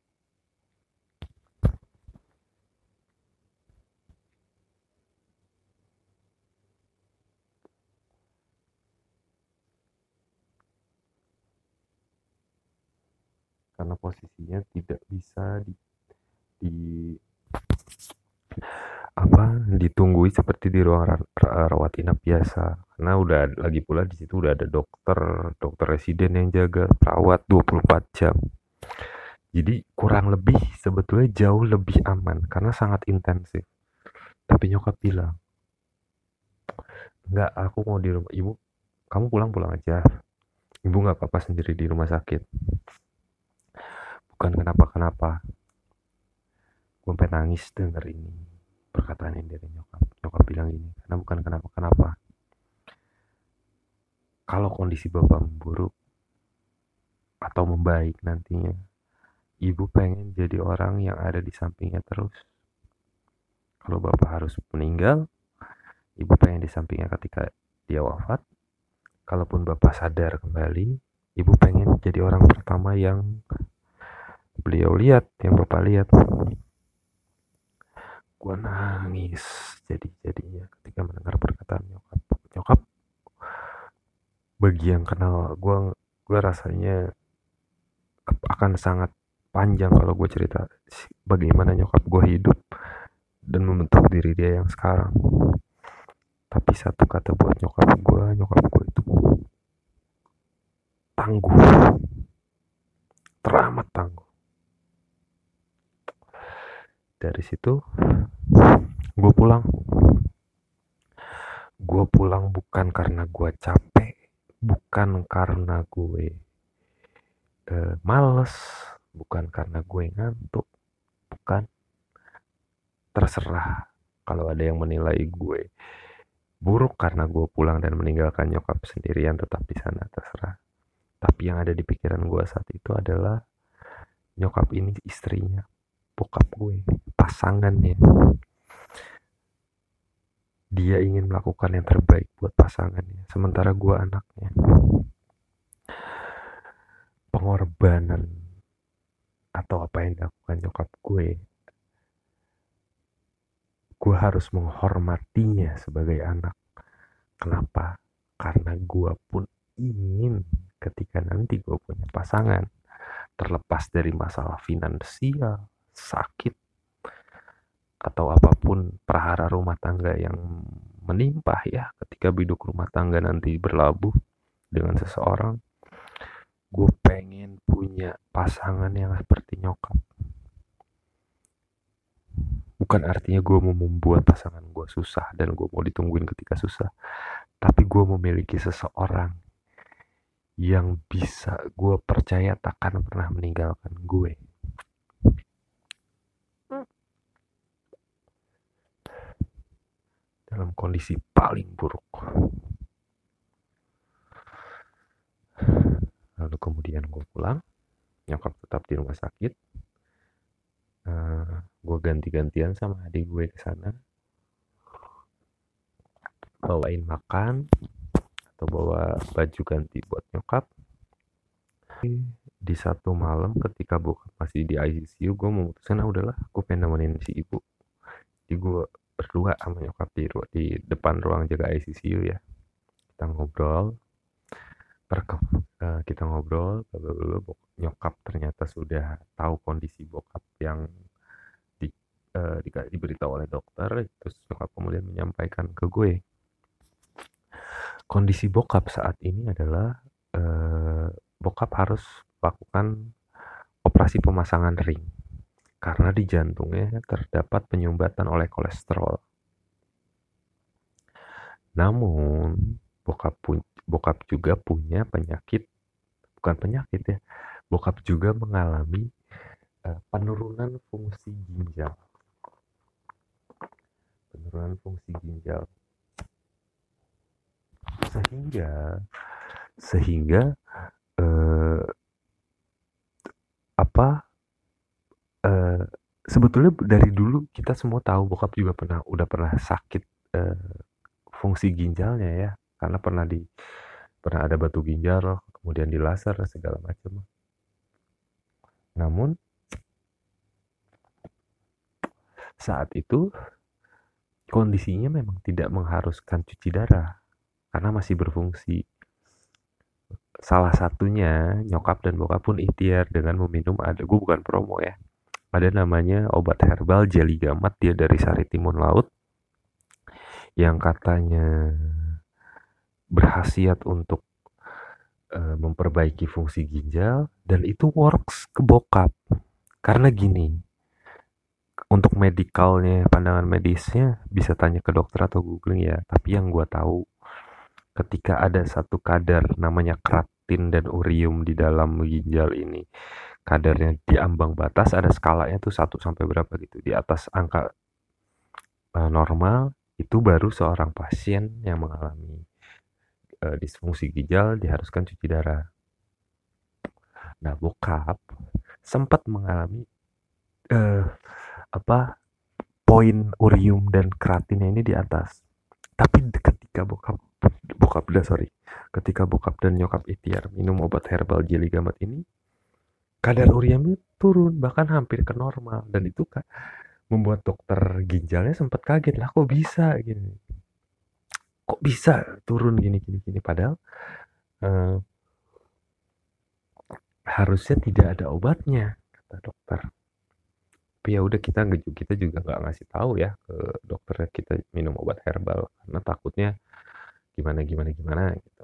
A: Karena posisinya tidak bisa di, di apa ditunggui seperti di ruang ra- ra- rawat inap biasa, karena udah lagi pula di situ udah ada dokter dokter residen yang jaga, perawat dua puluh empat jam. Jadi kurang lebih sebetulnya jauh lebih aman karena sangat intensif. Tapi nyokap bilang, enggak, aku mau di rumah ibu, kamu pulang-pulang aja, ibu nggak apa-apa sendiri di rumah sakit, bukan kenapa-kenapa. Gue sampai nangis denger ini perkataan yang dari nyokap. Nyokap bilang ini karena bukan kenapa-kenapa. Kalau kondisi bapak memburuk atau membaik nantinya, ibu pengen jadi orang yang ada di sampingnya terus. Kalau bapak harus meninggal, ibu pengen di sampingnya ketika dia wafat. Kalaupun bapak sadar kembali, ibu pengen jadi orang pertama yang beliau lihat, yang bapak lihat. Gua nangis jadi jadinya ketika mendengar perkataan nyokap. Nyokap bagi yang kenal gue, gue rasanya akan sangat panjang kalau gue cerita bagaimana nyokap gue hidup dan membentuk diri dia yang sekarang. Tapi satu kata buat nyokap gue, nyokap gue itu tangguh, teramat tangguh. Dari situ gue pulang. Gue pulang bukan karena gue capek, bukan karena gue eh, males, bukan karena gue ngantuk, bukan. Terserah kalau ada yang menilai gue buruk karena gue pulang dan meninggalkan nyokap sendirian tetap di sana, terserah. Tapi yang ada di pikiran gue saat itu adalah nyokap ini istrinya, bokap gue, pasangannya. Dia ingin melakukan yang terbaik buat pasangannya, sementara gue anaknya. Pengorbanan atau apa yang dilakukan nyokap gue, gue harus menghormatinya sebagai anak. Kenapa? Karena gue pun ingin ketika nanti gue punya pasangan, terlepas dari masalah finansial, sakit, atau apapun prahara rumah tangga yang menimpa ya, ketika biduk rumah tangga nanti berlabuh dengan seseorang, gue pengen punya pasangan yang seperti nyokap. Bukan artinya gue mau membuat pasangan gue susah dan gue mau ditungguin ketika susah, tapi gue memiliki seseorang yang bisa gue percaya takkan pernah meninggalkan gue. Dalam kondisi paling buruk. Lalu kemudian gue pulang, nyokap tetap di rumah sakit. Uh, gue ganti-gantian sama adik gue ke sana, bawain makan atau bawa baju ganti buat nyokap. Di satu malam ketika bokap masih di I C U, gue memutuskan ah udahlah, gue pengen nemenin si ibu. Jadi gue berdua sama nyokap di, di depan ruang jaga I C U ya. Kita ngobrol, perke, uh, kita ngobrol, lalu nyokap ternyata sudah tahu kondisi bokap yang di, uh, di, diberitahu oleh dokter. Terus nyokap kemudian menyampaikan ke gue, kondisi bokap saat ini adalah uh, bokap harus melakukan operasi pemasangan ring karena di jantungnya terdapat penyumbatan oleh kolesterol. Namun bokap pun bokap juga punya penyakit, bukan penyakit ya, bokap juga mengalami uh, penurunan fungsi ginjal. Penurunan fungsi ginjal. Sehingga sehingga uh, apa uh, sebetulnya dari dulu kita semua tahu bokap juga pernah udah pernah sakit eh, fungsi ginjalnya ya, karena pernah di pernah ada batu ginjal, kemudian di laser segala macam. Namun saat itu kondisinya memang tidak mengharuskan cuci darah karena masih berfungsi. Salah satunya nyokap dan bokap pun ikhtiar dengan meminum, ada gue bukan promo ya, ada namanya obat herbal Jelly Gamat, dia dari sari timun laut yang katanya berhasiat untuk uh, memperbaiki fungsi ginjal, dan itu works ke bokap. Karena gini, untuk medikalnya, pandangan medisnya bisa tanya ke dokter atau googling ya, tapi yang gue tahu ketika ada satu kadar namanya kreatin dan urium di dalam ginjal ini, kadarnya di ambang batas, ada skalanya tuh satu sampai berapa gitu, di atas angka uh, normal, itu baru seorang pasien yang mengalami uh, disfungsi ginjal diharuskan cuci darah. Nah, bokap sempat mengalami uh, apa poin urium dan kreatinnya ini di atas. Tapi ketika bokap bokap dan sorry, ketika bokap dan nyokap ikhtiar minum obat herbal Jelly Gamat ini, kadar uriumnya turun bahkan hampir ke normal, dan itu kan membuat dokter ginjalnya sempat kaget, lah kok bisa gini, kok bisa turun gini gini gini padahal eh, harusnya tidak ada obatnya kata dokter. Tapi ya udah, kita kita juga nggak ngasih tahu ya ke dokter kita minum obat herbal karena takutnya gimana gimana gimana gitu.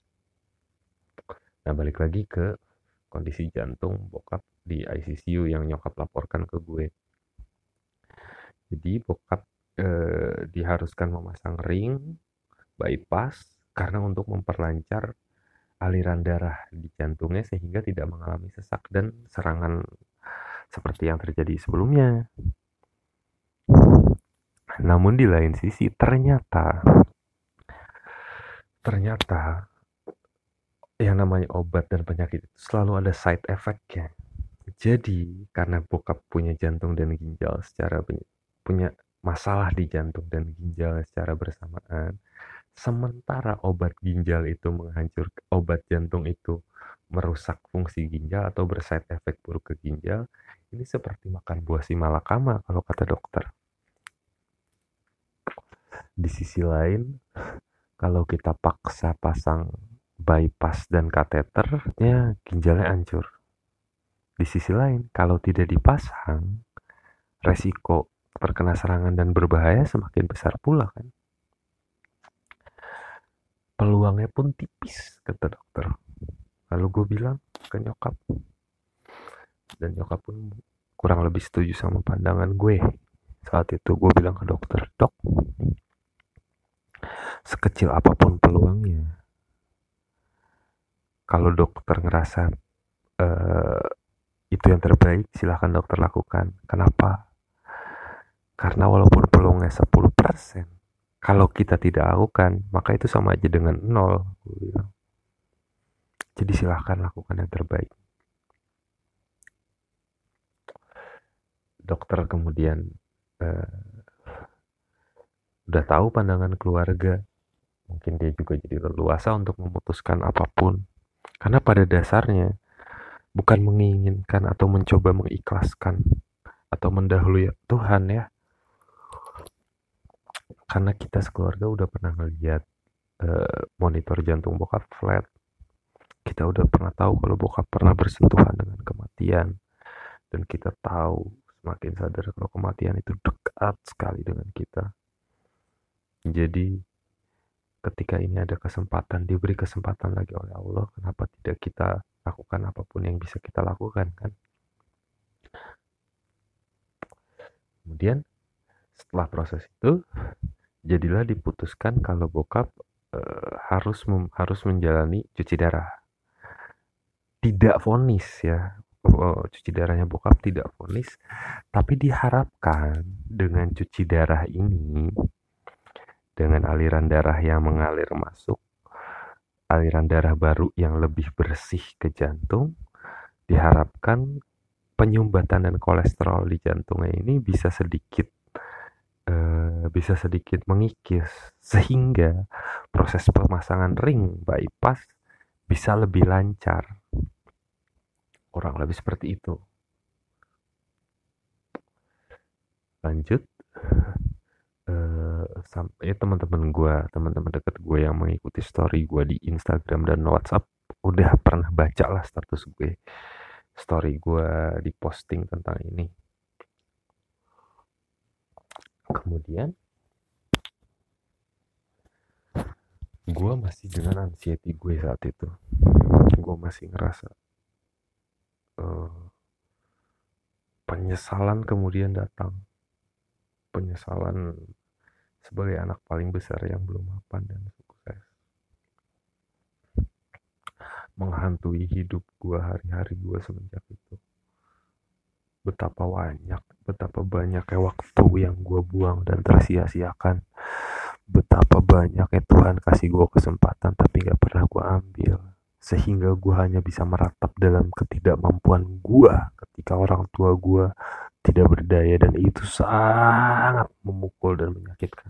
A: Nah, balik lagi ke kondisi jantung bokap di I C U yang nyokap laporkan ke gue. Jadi bokap eh, diharuskan memasang ring bypass karena untuk memperlancar aliran darah di jantungnya sehingga tidak mengalami sesak dan serangan seperti yang terjadi sebelumnya. Namun di lain sisi ternyata ternyata yang namanya obat dan penyakit itu selalu ada side effect-nya. Jadi karena bokap punya jantung dan ginjal secara punya masalah di jantung dan ginjal secara bersamaan, sementara obat ginjal itu menghancurkan, obat jantung itu merusak fungsi ginjal atau berside effect buruk ke ginjal, ini seperti makan buah si malakama kalau kata dokter. Di sisi lain, kalau kita paksa pasang bypass dan kateternya, ginjalnya hancur. Di sisi lain, kalau tidak dipasang, resiko terkena serangan dan berbahaya semakin besar pula kan. Peluangnya pun tipis kata dokter. Lalu gue bilang ke nyokap, dan nyokap pun kurang lebih setuju sama pandangan gue. Saat itu gue bilang ke dokter, dok, sekecil apapun peluangnya, kalau dokter ngerasa uh, itu yang terbaik, silahkan dokter lakukan. Kenapa? Karena walaupun peluangnya sepuluh persen, kalau kita tidak lakukan, maka itu sama aja dengan nol. Jadi silahkan lakukan yang terbaik. Dokter kemudian uh, udah tahu pandangan keluarga. Mungkin dia juga jadi leluasa untuk memutuskan apapun. Karena pada dasarnya bukan menginginkan atau mencoba mengikhlaskan atau mendahului Tuhan ya. Karena kita sekeluarga udah pernah ngeliat uh, monitor jantung bokap flat. Kita udah pernah tahu kalau bokap pernah bersentuhan dengan kematian. Dan kita tahu, semakin sadar kalau kematian itu dekat sekali dengan kita. Jadi ketika ini ada kesempatan, diberi kesempatan lagi oleh Allah, kenapa tidak kita lakukan apapun yang bisa kita lakukan kan? Kemudian setelah proses itu, jadilah diputuskan kalau bokap e, harus mem, harus menjalani cuci darah. Tidak vonis ya, oh, cuci darahnya bokap tidak vonis, tapi diharapkan dengan cuci darah ini, dengan aliran darah yang mengalir masuk, aliran darah baru yang lebih bersih ke jantung, diharapkan penyumbatan dan kolesterol di jantungnya ini bisa sedikit eh, bisa sedikit mengikis sehingga proses pemasangan ring bypass bisa lebih lancar. Kurang lebih seperti itu. Lanjut, eh, sampai teman-teman gue, teman-teman deket gue yang mengikuti story gue di Instagram dan WhatsApp udah pernah baca lah status gue, story gue di posting tentang ini. Kemudian gue masih dengan anxiety gue saat itu, gue masih ngerasa uh, penyesalan kemudian datang, penyesalan sebagai anak paling besar yang belum mapan dan sukses menghantui hidup gue, hari-hari gue semenjak itu. Betapa banyak, betapa banyaknya waktu yang gue buang dan tersia-siakan. Betapa banyaknya Tuhan kasih gue kesempatan tapi gak pernah gue ambil. Sehingga gue hanya bisa meratap dalam ketidakmampuan gue ketika orang tua gue tidak berdaya, dan itu sangat memukul dan menyakitkan.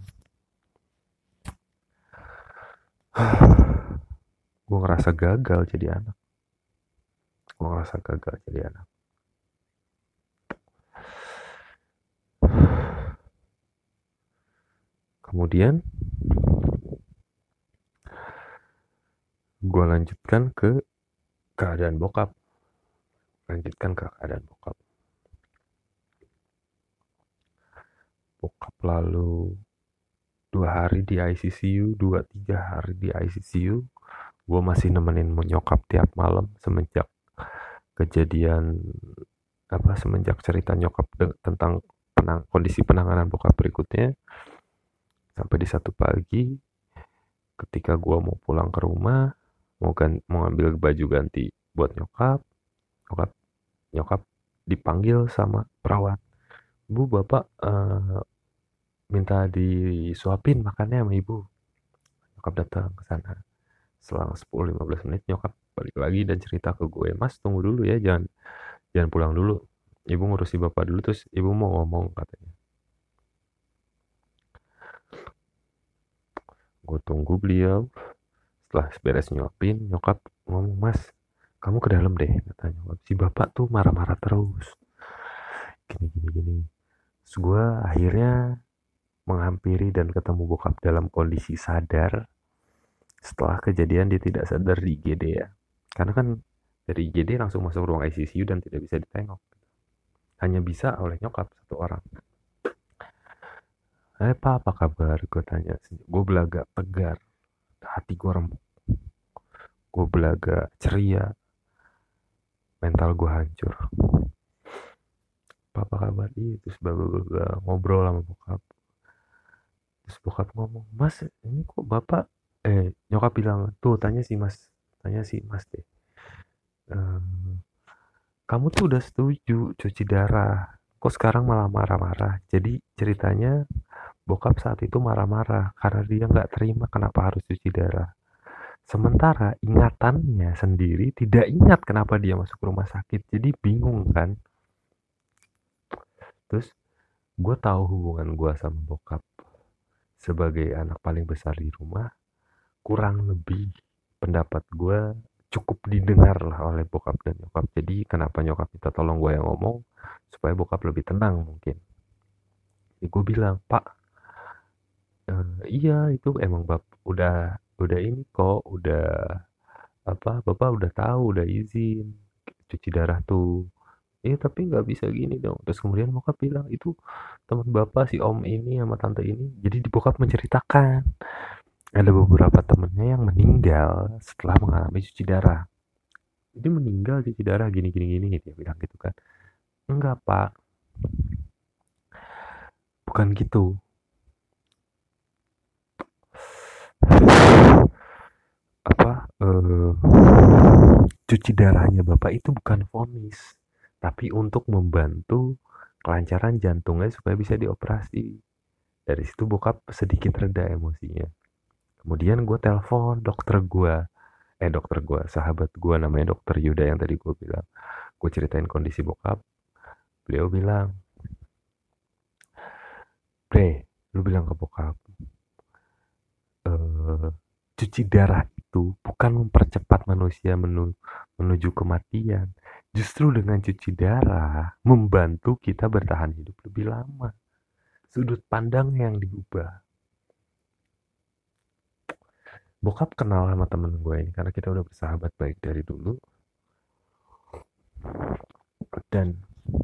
A: Gue ngerasa gagal jadi anak. Gue ngerasa gagal jadi anak. Kemudian gue lanjutkan ke keadaan bokap. Lanjutkan ke keadaan bokap. Bokap lalu dua hari di I C U, dua tiga hari di I C U. Gue masih nemenin nyokap tiap malam semenjak kejadian apa semenjak cerita nyokap de- tentang penang, kondisi penanganan bokap berikutnya. Sampai di satu pagi ketika gue mau pulang ke rumah, mau gan, mau ambil baju ganti buat nyokap, nyokap nyokap dipanggil sama perawat. Bu, bapak uh, minta disuapin makannya sama ibu. Nyokap datang ke sana. Selang sepuluh lima belas menit nyokap balik lagi dan cerita ke gue, Mas tunggu dulu ya, jangan jangan pulang dulu, ibu ngurusi bapak dulu, terus ibu mau ngomong katanya. Gue tunggu beliau. Setelah beres nyuapin, nyokap ngomong, Mas kamu ke dalam deh katanya. Si bapak tuh marah-marah terus, gini gini gini. Terus gue akhirnya menghampiri dan ketemu bokap dalam kondisi sadar. Setelah kejadian dia tidak sadar di I G D ya, karena kan dari I G D langsung masuk ruang I C U dan tidak bisa ditengok, hanya bisa oleh nyokap satu orang. Eh pak, apa kabar? Gue tanya. Gue belaga tegar, hati gue remuk, gue belaga ceria, mental gue hancur. Pak, apa kabar? Ih, terus bla ngobrol sama bokap. Terus bokap ngomong, Mas ini kok bapak, eh nyokap bilang, tuh tanya si mas, tanya si mas deh. Ehm, kamu tuh udah setuju cuci darah, kok sekarang malah marah-marah? Jadi ceritanya bokap saat itu marah-marah karena dia nggak terima kenapa harus cuci darah. Sementara ingatannya sendiri tidak ingat kenapa dia masuk rumah sakit. Jadi bingung kan. Terus gue tahu hubungan gue sama bokap sebagai anak paling besar di rumah, kurang lebih pendapat gue cukup didengar lah oleh bokap dan nyokap. Jadi kenapa nyokap minta tolong gue yang ngomong supaya bokap lebih tenang mungkin. Jadi gue bilang, Pak, uh, iya itu emang bap udah udah ini kok, udah apa, bapak udah tahu, udah izin cuci darah tuh. Iya tapi nggak bisa gini dong. Terus kemudian bokap bilang, itu teman bapak si om ini sama tante ini. Jadi di bokap menceritakan ada beberapa temennya yang meninggal setelah mengalami cuci darah. Jadi meninggal cuci darah gini gini gini, dia bilang gitu kan. Enggak pak, bukan gitu. Apa eh, cuci darahnya bapak itu bukan vonis, tapi untuk membantu kelancaran jantungnya supaya bisa dioperasi. Dari situ bokap sedikit reda emosinya. Kemudian gue telepon dokter gue, eh dokter gue, sahabat gue namanya dokter Yuda yang tadi gue bilang. Gue ceritain kondisi bokap, Beliau bilang, Bre, lu bilang ke bokap, eh, cuci darah itu bukan mempercepat manusia menu- menuju kematian. Justru dengan cuci darah membantu kita bertahan hidup lebih lama. Sudut pandang yang diubah. Bokap kenal sama temen gue ini karena kita udah bersahabat baik dari dulu. Dan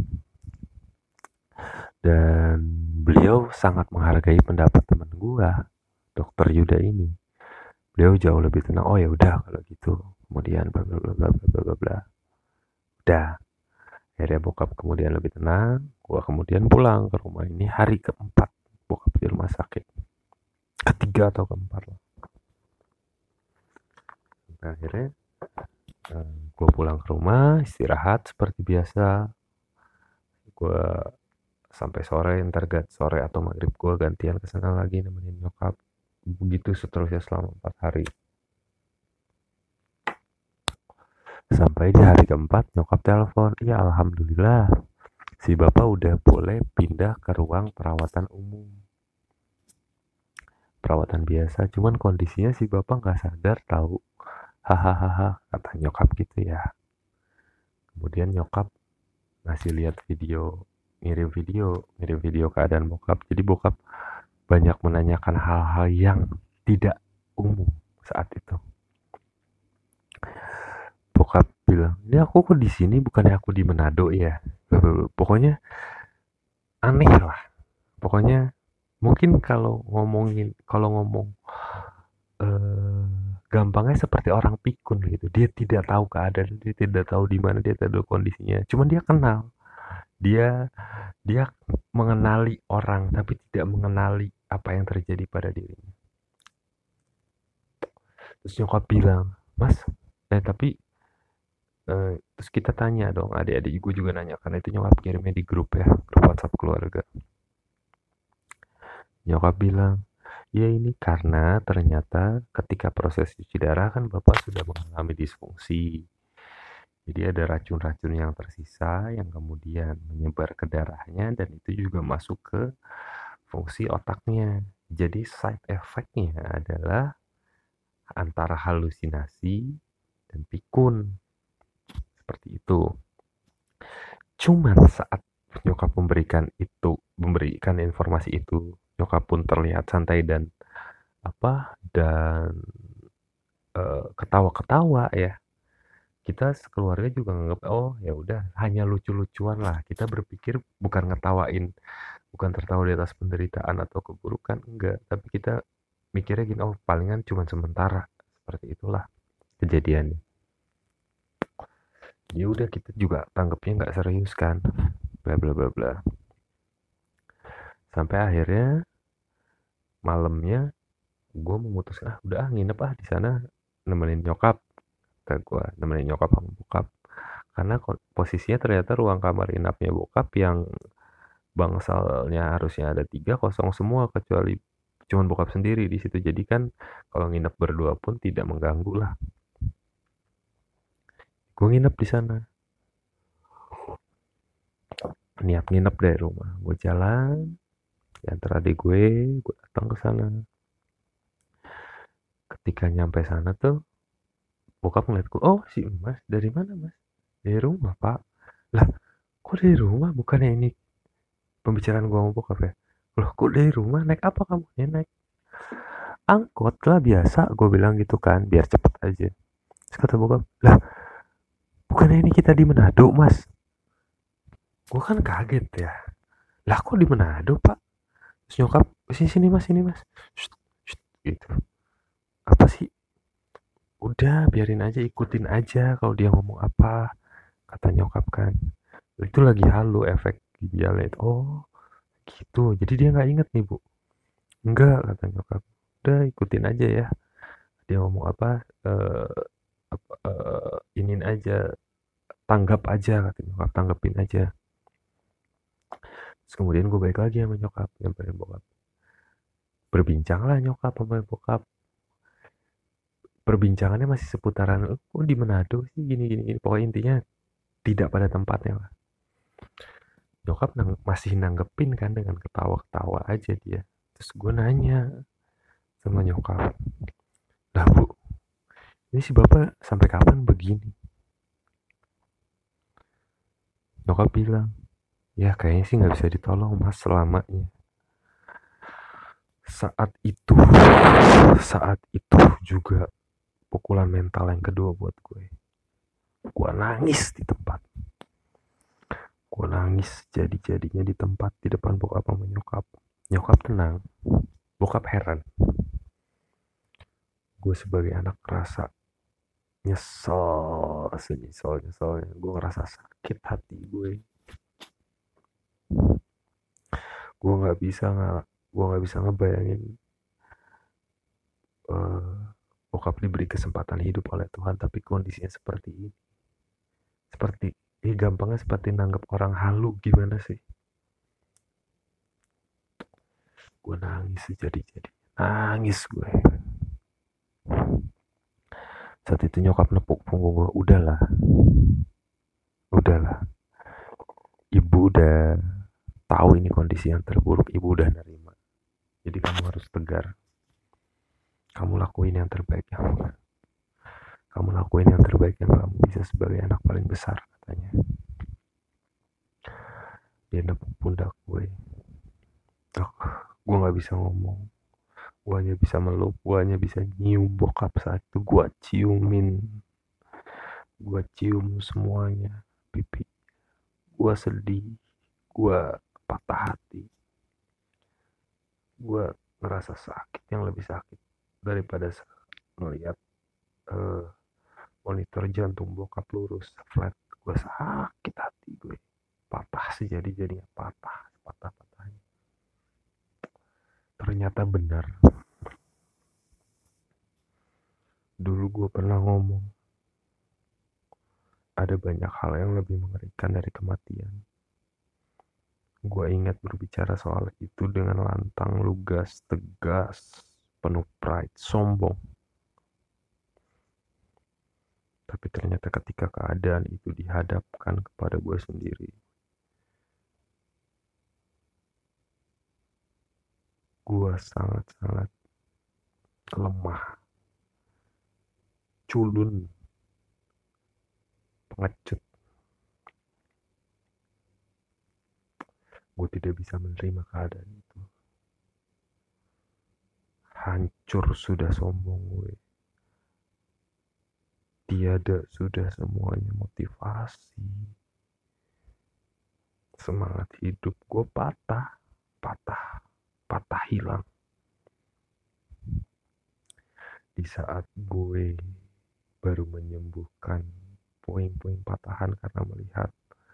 A: dan beliau sangat menghargai pendapat temen gue, dokter Yuda ini. Beliau jauh lebih tenang. Oh ya udah kalau gitu. Kemudian bla bla bla bla bla bla bla. Udah. Akhirnya bokap kemudian lebih tenang. Gua kemudian pulang ke rumah ini hari keempat bokap di rumah sakit. Ketiga atau keempat lah. Nah, akhirnya eh, gue pulang ke rumah, istirahat seperti biasa. Gue sampai sore, ntar sore atau maghrib gue gantian ke sana lagi nemenin nyokap. Begitu seterusnya selama empat hari. Sampai di hari keempat nyokap telepon, iya alhamdulillah si bapak udah boleh pindah ke ruang perawatan umum. Perawatan biasa, cuman kondisinya si bapak nggak sadar tahu. Hahaha, kata nyokap gitu ya. Kemudian nyokap ngasih lihat video, ngirim video, ngirim video keadaan bokap. Jadi bokap banyak menanyakan hal-hal yang tidak umum saat itu. Bokap bilang, ini aku kok di sini bukannya aku di Manado ya. Pokoknya aneh lah. Pokoknya mungkin kalau ngomongin, kalau ngomong eh, gampangnya seperti orang pikun gitu. Dia tidak tahu keadaan, dia tidak tahu di mana dia tahu kondisinya. Cuman dia kenal. Dia dia mengenali orang tapi tidak mengenali apa yang terjadi pada dirinya. Terus nyokap bilang, Mas, eh tapi eh, terus kita tanya dong, adik-adik gue juga nanya karena itu nyokap kirimnya di grup ya, grup WhatsApp keluarga. Nyokap bilang, ya ini karena ternyata ketika proses cuci darah kan bapak sudah mengalami disfungsi. Jadi ada racun-racun yang tersisa yang kemudian menyebar ke darahnya dan itu juga masuk ke fungsi otaknya. Jadi side effect-nya adalah antara halusinasi dan pikun. Seperti itu. Cuman saat nyokap memberikan itu, memberikan informasi itu, nyokap pun terlihat santai dan apa dan eh, ketawa-ketawa ya. Kita sekeluarga juga nganggap oh ya udah hanya lucu-lucuan lah. Kita berpikir bukan ngetawain, bukan tertawa di atas penderitaan atau keburukan enggak, tapi kita mikirnya gini oh palingan cuma sementara. Seperti itulah kejadiannya. Ya udah kita juga tanggapnya nggak serius kan. Bla bla bla bla. Sampai akhirnya malamnya gue memutuskan ah udah ah, nginep ah di sana nemenin nyokap kata gue nemenin nyokap sama bokap karena posisinya ternyata ruang kamar inapnya bokap yang bangsalnya harusnya ada tiga kosong semua kecuali cuman bokap sendiri di situ jadi kan kalau nginep berdua pun tidak mengganggu lah gue nginep di sana niat nginep dari rumah gue jalan antar adik gue gue datang ke sana ketika nyampe sana tuh bokap ngeliatku oh si Mas dari mana Mas dari rumah Pak lah kok dari rumah bukannya ini pembicaraan gua sama bokap ya loh kok dari rumah naik apa kamu ya naik angkot lah biasa gue bilang gitu kan biar cepet aja terus kata bokap lah bukannya ini kita di Manado Mas gue kan kaget ya lah kok di Manado Pak terus nyokap sini sini Mas sini Mas shh, shh, gitu apa sih udah biarin aja ikutin aja kalau dia ngomong apa kata nyokap kan itu lagi halu efek ginjalnya itu oh gitu jadi dia nggak inget nih bu enggak kata nyokap udah ikutin aja ya dia ngomong apa eh apa, eh, inin aja tanggap aja kata nyokap tanggepin aja terus kemudian gue balik lagi sama nyokap nyamperin bokap berbincang lah nyokap sama bokap perbincangannya masih seputaran oh di Manado sih gini gini, gini. Pokoknya intinya tidak pada tempatnya lah Nyokap nang- masih nanggepin kan dengan ketawa-ketawa aja dia. Terus gue nanya sama nyokap, lah bu, ini si bapak sampai kapan begini? Nyokap bilang, ya kayaknya sih nggak bisa ditolong mas selamanya. Saat itu, saat itu juga pukulan mental yang kedua buat gue. Gue nangis di tempat. Gue nangis jadi-jadinya di tempat di depan bokap sama nyokap. Nyokap tenang, bokap heran. Gue sebagai anak ngerasa nyesel, senyesel nyeselnya. Gue ngerasa sakit hati gue. Gue nggak bisa nggak, gue nggak bisa ngebayangin uh, bokap diberi kesempatan hidup oleh Tuhan, tapi kondisinya seperti ini. Seperti, eh gampangnya seperti nanggep orang halu gimana sih? Gue nangis jadi-jadi, nangis gue. Saat itu nyokap nepuk punggung gue, udahlah, udahlah. Ibu udah tahu ini kondisi yang terburuk, ibu udah nerima. Jadi kamu harus tegar. Kamu lakuin yang terbaik yang kamu lakuin yang terbaik yang kamu bisa sebagai anak paling besar, katanya. Dia nepuk pundak gue. Oh, gue nggak bisa ngomong. Gue hanya bisa meluk, gue hanya bisa nyium bokap saat itu. Gue ciumin, gue cium semuanya, pipi. Gue sedih, gue patah hati. Gue ngerasa sakit yang lebih sakit daripada melihat uh, monitor jantung bokap lurus flat. Gue sakit hati gue, patah sih jadi jadinya patah patah patahnya. Ternyata benar, dulu gue pernah ngomong ada banyak hal yang lebih mengerikan dari kematian. Gue ingat berbicara soal itu dengan lantang, lugas, tegas, penuh pride, sombong. Tapi ternyata ketika keadaan itu dihadapkan kepada gue sendiri, gue sangat-sangat lemah, culun, pengecut. Gue tidak bisa menerima keadaan itu. Hancur sudah sombong gue. Tiada sudah semuanya motivasi. Semangat hidup gue patah, patah, patah hilang. Di saat gue baru menyembuhkan puing-puing patahan karena melihat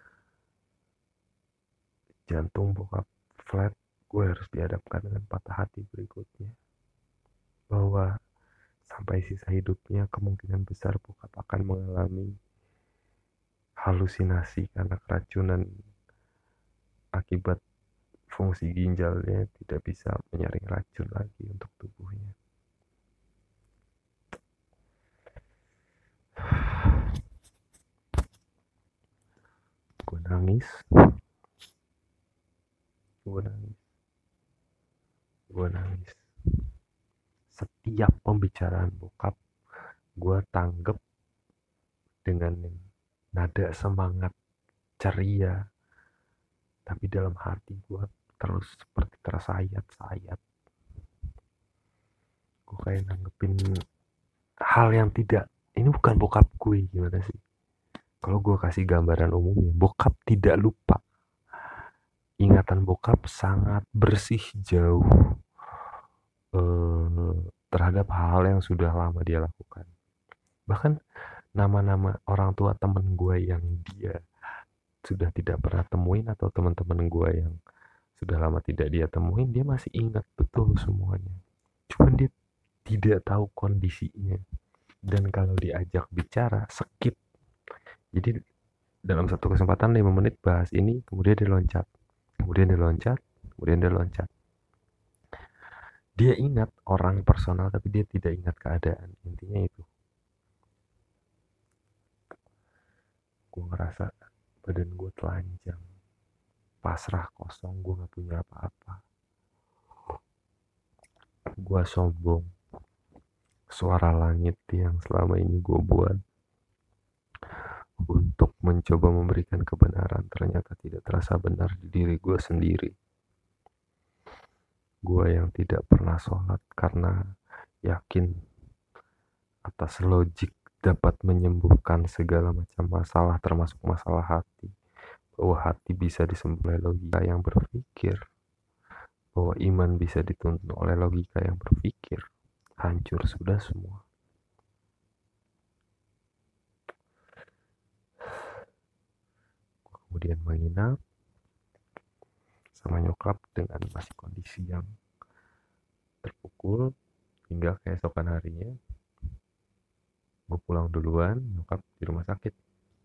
A: jantung bokap flat, gue harus dihadapkan dengan patah hati berikutnya. Bahwa sampai sisa hidupnya kemungkinan besar bokap akan mengalami halusinasi karena keracunan akibat fungsi ginjalnya tidak bisa menyaring racun lagi untuk tubuhnya. Gue nangis, gue nangis, gue nangis. Setiap pembicaraan bokap, gue tanggep dengan nada semangat, ceria. Tapi dalam hati gue terus seperti tersayat-sayat. Gue kayak nanggepin hal yang tidak, ini bukan bokap gue, gimana sih? Kalau gue kasih gambaran umumnya, bokap tidak lupa. Ingatan bokap sangat bersih, jauh eh, terhadap hal yang sudah lama dia lakukan. Bahkan nama-nama orang tua temen gue yang dia sudah tidak pernah temuin, atau teman-teman gue yang sudah lama tidak dia temuin, dia masih ingat betul semuanya. Cuman dia tidak tahu kondisinya. Dan kalau diajak bicara, skip. Jadi dalam satu kesempatan lima menit bahas ini, kemudian dia loncat. Kemudian dia loncat, kemudian dia loncat. Dia ingat orang personal, tapi dia tidak ingat keadaan. Intinya itu. Gue ngerasa badan gue telanjang. pasrah, kosong, gue gak punya apa-apa. Gue sombong. Suara langit yang selama ini gue buat untuk mencoba memberikan kebenaran ternyata tidak terasa benar di diri gue sendiri. Gue yang tidak pernah sholat karena yakin atas logik dapat menyembuhkan segala macam masalah termasuk masalah hati. Bahwa hati bisa disembuhkan oleh logika yang berpikir. Bahwa iman bisa dituntun oleh logika yang berpikir. Hancur sudah semua. Kemudian menginap sama nyokap dengan masih kondisi yang terpukul hingga keesokan harinya gue pulang duluan, nyokap di rumah sakit,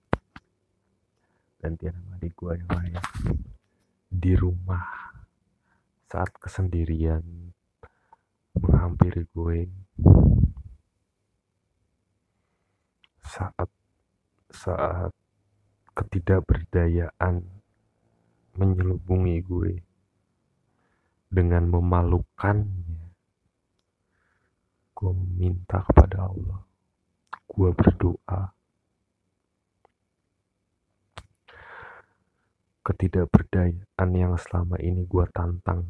A: gantian sama adik gue yang lain di rumah. Saat kesendirian menghampiri gue, saat saat ketidakberdayaan menyelubungi gue dengan memalukannya, gue meminta kepada Allah, gue berdoa. Ketidakberdayaan yang selama ini gue tantang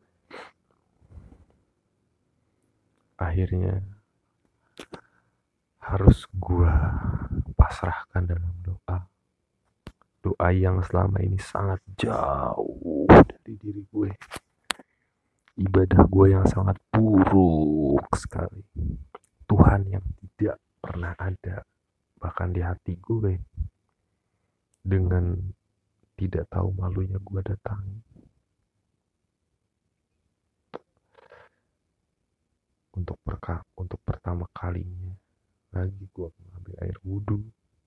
A: akhirnya harus gue pasrahkan dalam doa. Doa yang selama ini sangat jauh dari diri gue. Ibadah gue yang sangat buruk sekali. Tuhan yang tidak pernah ada bahkan di hati gue. Dengan tidak tahu malunya gue datangi. Untuk perka, untuk pertama kalinya lagi gue mengambil air wudhu.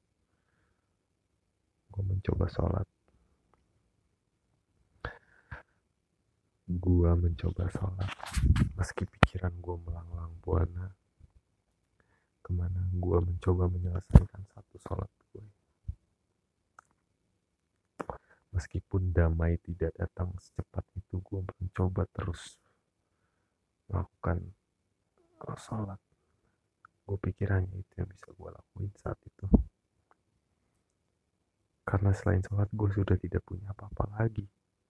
A: Gue mencoba sholat. Gue mencoba sholat. Meski pikiran gue melanglang buana. Kemana gue mencoba menyelesaikan satu sholat gue. Meskipun damai tidak datang secepat itu, gue mencoba terus melakukan sholat. Gue pikir hanya itu yang bisa gue lakuin saat itu. Karena selain sholat gue sudah tidak punya apa-apa lagi.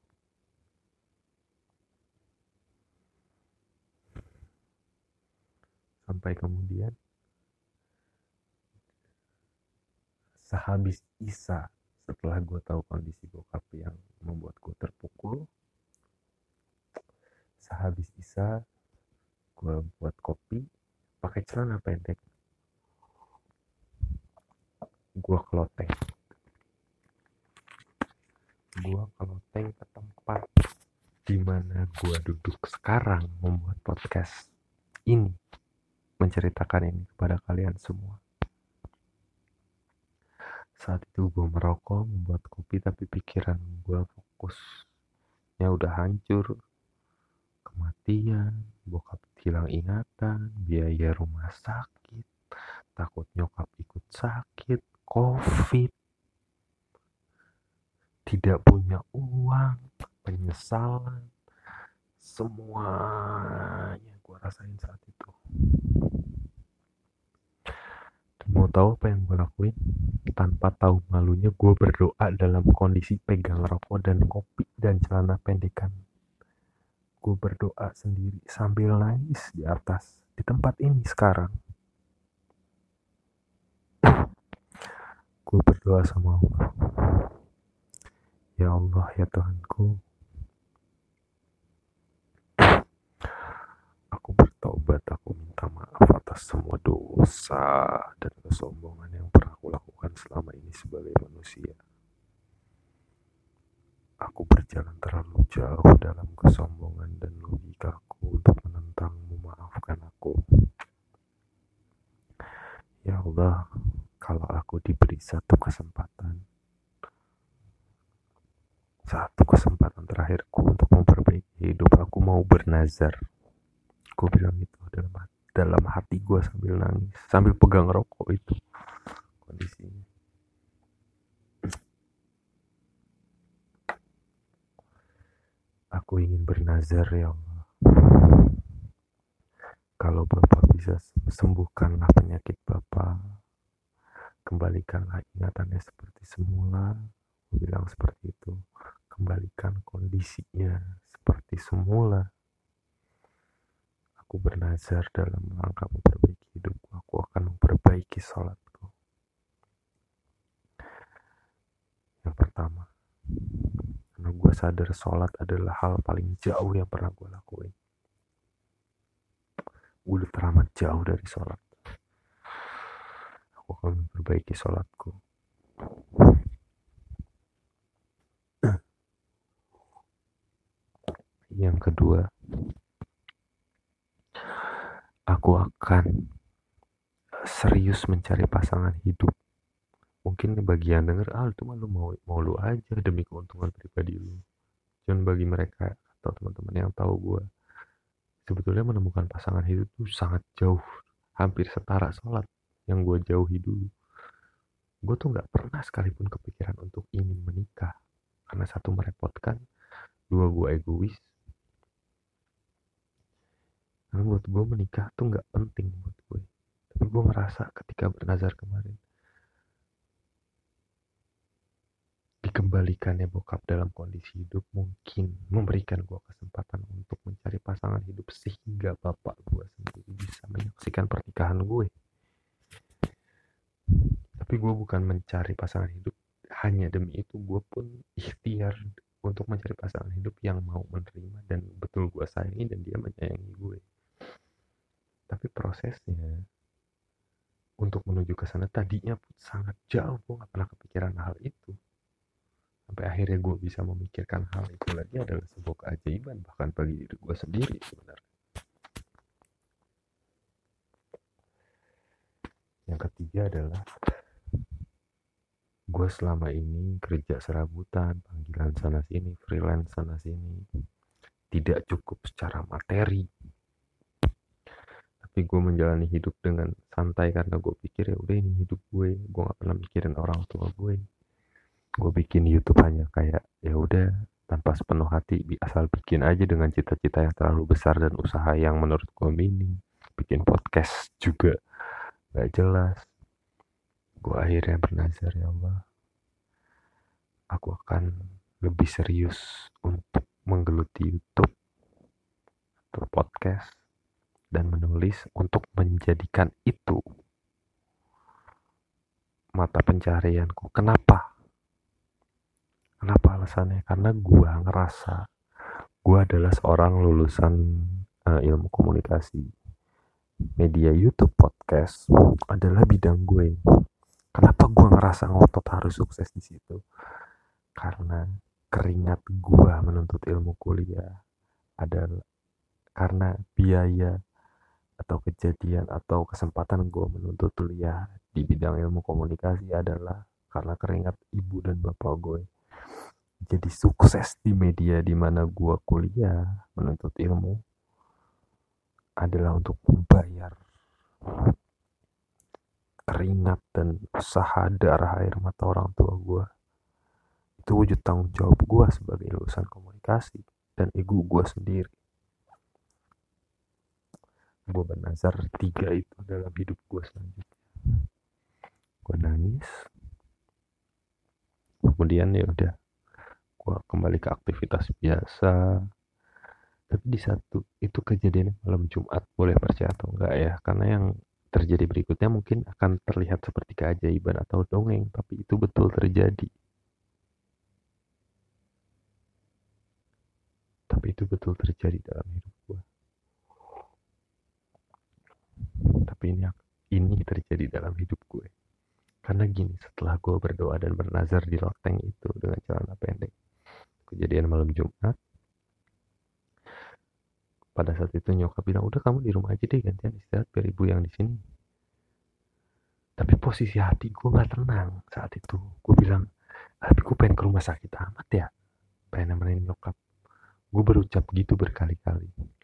A: Sampai kemudian sehabis Isya, setelah gue tahu kondisi bokap yang membuat gue terpukul, sehabis Isya gue buat kopi pakai celana pendek, gue keloteng gue keloteng ke tempat di mana gue duduk sekarang membuat podcast ini, menceritakan ini kepada kalian semua. Saat itu gue merokok, membuat kopi, tapi pikiran gue fokusnya udah hancur. Kematian, bokap hilang ingatan, biaya rumah sakit, takut nyokap ikut sakit, covid, tidak punya uang, penyesalan, semuanya gue rasain saat itu. Dan mau tahu apa yang gue lakuin? Tanpa tahu malunya gue berdoa dalam kondisi pegang rokok dan kopi dan celana pendekan. Gue berdoa sendiri sambil nangis di atas, di tempat ini sekarang. Gue berdoa sama Allah. Ya Allah, ya Tuhanku, aku bertobat, aku minta maaf atas semua dosa dan kesombongan yang pernah aku lakukan selama ini sebagai manusia. Aku berjalan terlalu jauh dalam kesombongan dan logikaku untuk menentangmu. Maafkan aku. Ya Allah, kalau aku diberi satu kesempatan, satu kesempatan terakhirku untuk memperbaiki hidup, aku mau bernazar. Aku bilang itu dalam hati, dalam hati gue sambil nangis, sambil pegang rokok itu kondisinya. Aku ingin bernazar, ya Allah, kalau Bapak bisa sembuhkanlah penyakit Bapak, kembalikanlah ingatannya seperti semula. Aku bilang seperti itu. Kembalikan kondisinya seperti semula. Aku bernazar dalam rangka memperbaiki hidupku. Aku akan memperbaiki sholatku. Yang pertama, karena gue sadar sholat adalah hal paling jauh yang pernah gue lakuin. Gue udah teramat jauh dari sholat. Aku akan memperbaiki sholatku. Yang kedua, aku akan serius mencari pasangan hidup. Mungkin bagian denger, ah itu mah lu mau, mau lu aja demi keuntungan pribadi lu. Cuman bagi mereka atau teman-teman yang tahu gue, sebetulnya menemukan pasangan hidup itu sangat jauh, hampir setara sholat yang gue jauhi dulu. Gue tuh gak pernah sekalipun kepikiran untuk ingin menikah, karena satu merepotkan, dua gue egois. Karena buat gue menikah tuh gak penting buat gue. Tapi gue ngerasa ketika bernazar kemarin, dikembalikannya bokap dalam kondisi hidup mungkin memberikan gue kesempatan untuk mencari pasangan hidup sehingga bapak gue sendiri bisa menyaksikan pernikahan gue. Tapi gue bukan mencari pasangan hidup hanya demi itu, gue pun ikhtiar untuk mencari pasangan hidup yang mau menerima dan betul gue sayangi dan dia menyayangi gue. Tapi prosesnya untuk menuju ke sana tadinya pun sangat jauh, gue gak pernah kepikiran hal itu. Sampai akhirnya gue bisa memikirkan hal itu lagi adalah sebuah keajaiban bahkan bagi diri gue sendiri sebenarnya. Yang ketiga adalah gue selama ini kerja serabutan, panggilan sana sini, freelance sana sini, tidak cukup secara materi. Tapi gue menjalani hidup dengan santai karena gue pikir ya udah ini hidup gue, gue gak pernah mikirin orang tua gue. Gue bikin YouTube hanya kayak ya udah tanpa sepenuh hati, asal bikin aja dengan cita-cita yang terlalu besar dan usaha yang menurut gue minim. Bikin podcast juga gak jelas. Gue akhirnya bernazar, ya Allah, aku akan lebih serius untuk menggeluti YouTube atau podcast dan menulis untuk menjadikan itu mata pencarianku. Kenapa? Kenapa alasannya? Karena gue ngerasa gue adalah seorang lulusan uh, ilmu komunikasi. Media YouTube, podcast adalah bidang gue. Kenapa gue ngerasa ngotot harus sukses di situ? Karena keringat gue menuntut ilmu kuliah adalah karena biaya atau kejadian atau kesempatan gue menuntut kuliah di bidang ilmu komunikasi adalah karena keringat ibu dan bapak gue. Jadi sukses di media di mana gue kuliah menuntut ilmu adalah untuk membayar keringat dan usaha darah air mata orang tua gue. Itu wujud tanggung jawab gue sebagai lulusan komunikasi dan ego gue sendiri. Gue bernazar tiga itu dalam hidup gue selanjutnya. Gue nangis, kemudian ya udah gue kembali ke aktivitas biasa. Tapi di satu itu kejadiannya malam Jumat, boleh percaya atau enggak ya, karena yang terjadi berikutnya mungkin akan terlihat seperti keajaiban atau dongeng, tapi itu betul terjadi. Tapi itu betul terjadi dalam hidup gue. Tapi ini ini terjadi dalam hidup gue. Karena gini, setelah gue berdoa dan bernazar di loteng itu dengan celana pendek, kejadian malam Jumat, pada saat itu nyokap bilang, udah kamu di rumah aja deh, gantian istirahat biar ibu yang di sini. Tapi posisi hati gue nggak tenang saat itu. Gue bilang, tapi gue pengen ke rumah sakit amat ya, pengen nemenin nyokap. Gue berucap gitu berkali-kali.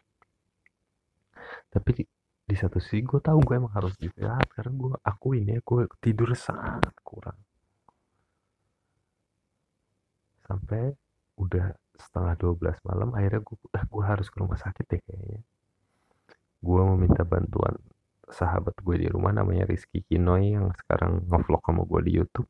A: Tapi di, di satu sisi gue tahu gue emang harus istirahat karena gue akuin ya, gue tidur sangat kurang. Sampai udah setengah dua belas malam, akhirnya gue ah, gue harus ke rumah sakit deh kayaknya. Gue meminta bantuan sahabat gue di rumah namanya Rizky Kinoy yang sekarang ngevlog sama gue di YouTube.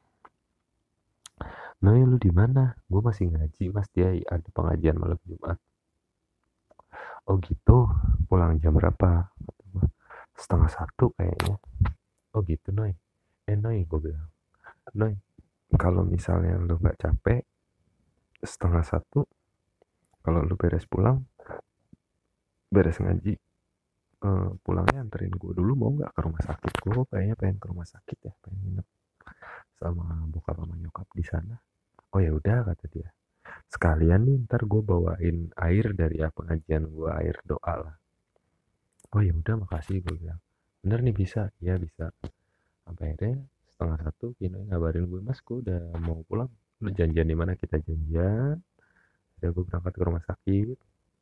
A: Noy, lu di mana? Gue masih ngaji mas, dia ada pengajian malam Jumat. Oh gitu, pulang jam berapa? Setengah satu kayaknya. Oh gitu Noy. Eh Noy, gue bilang, Noy, kalau misalnya lu nggak capek, setengah satu, kalau lu beres pulang, beres ngaji, eh, pulangnya anterin gue dulu, mau nggak ke rumah sakit? Gue kayaknya pengen ke rumah sakit ya, pengen nginep sama bokap sama nyokap di sana. Oh ya udah kata dia. Sekalian nih ntar gue bawain air dari ya, pengajian gue, air doa lah. Oh ya udah makasih, gue bilang. Bener nih bisa? Iya bisa. Sampai akhirnya setengah satu Kino ngabarin gue, mas gue udah mau pulang. Lu janjian di mana? Kita janjian. Udah gue berangkat ke rumah sakit.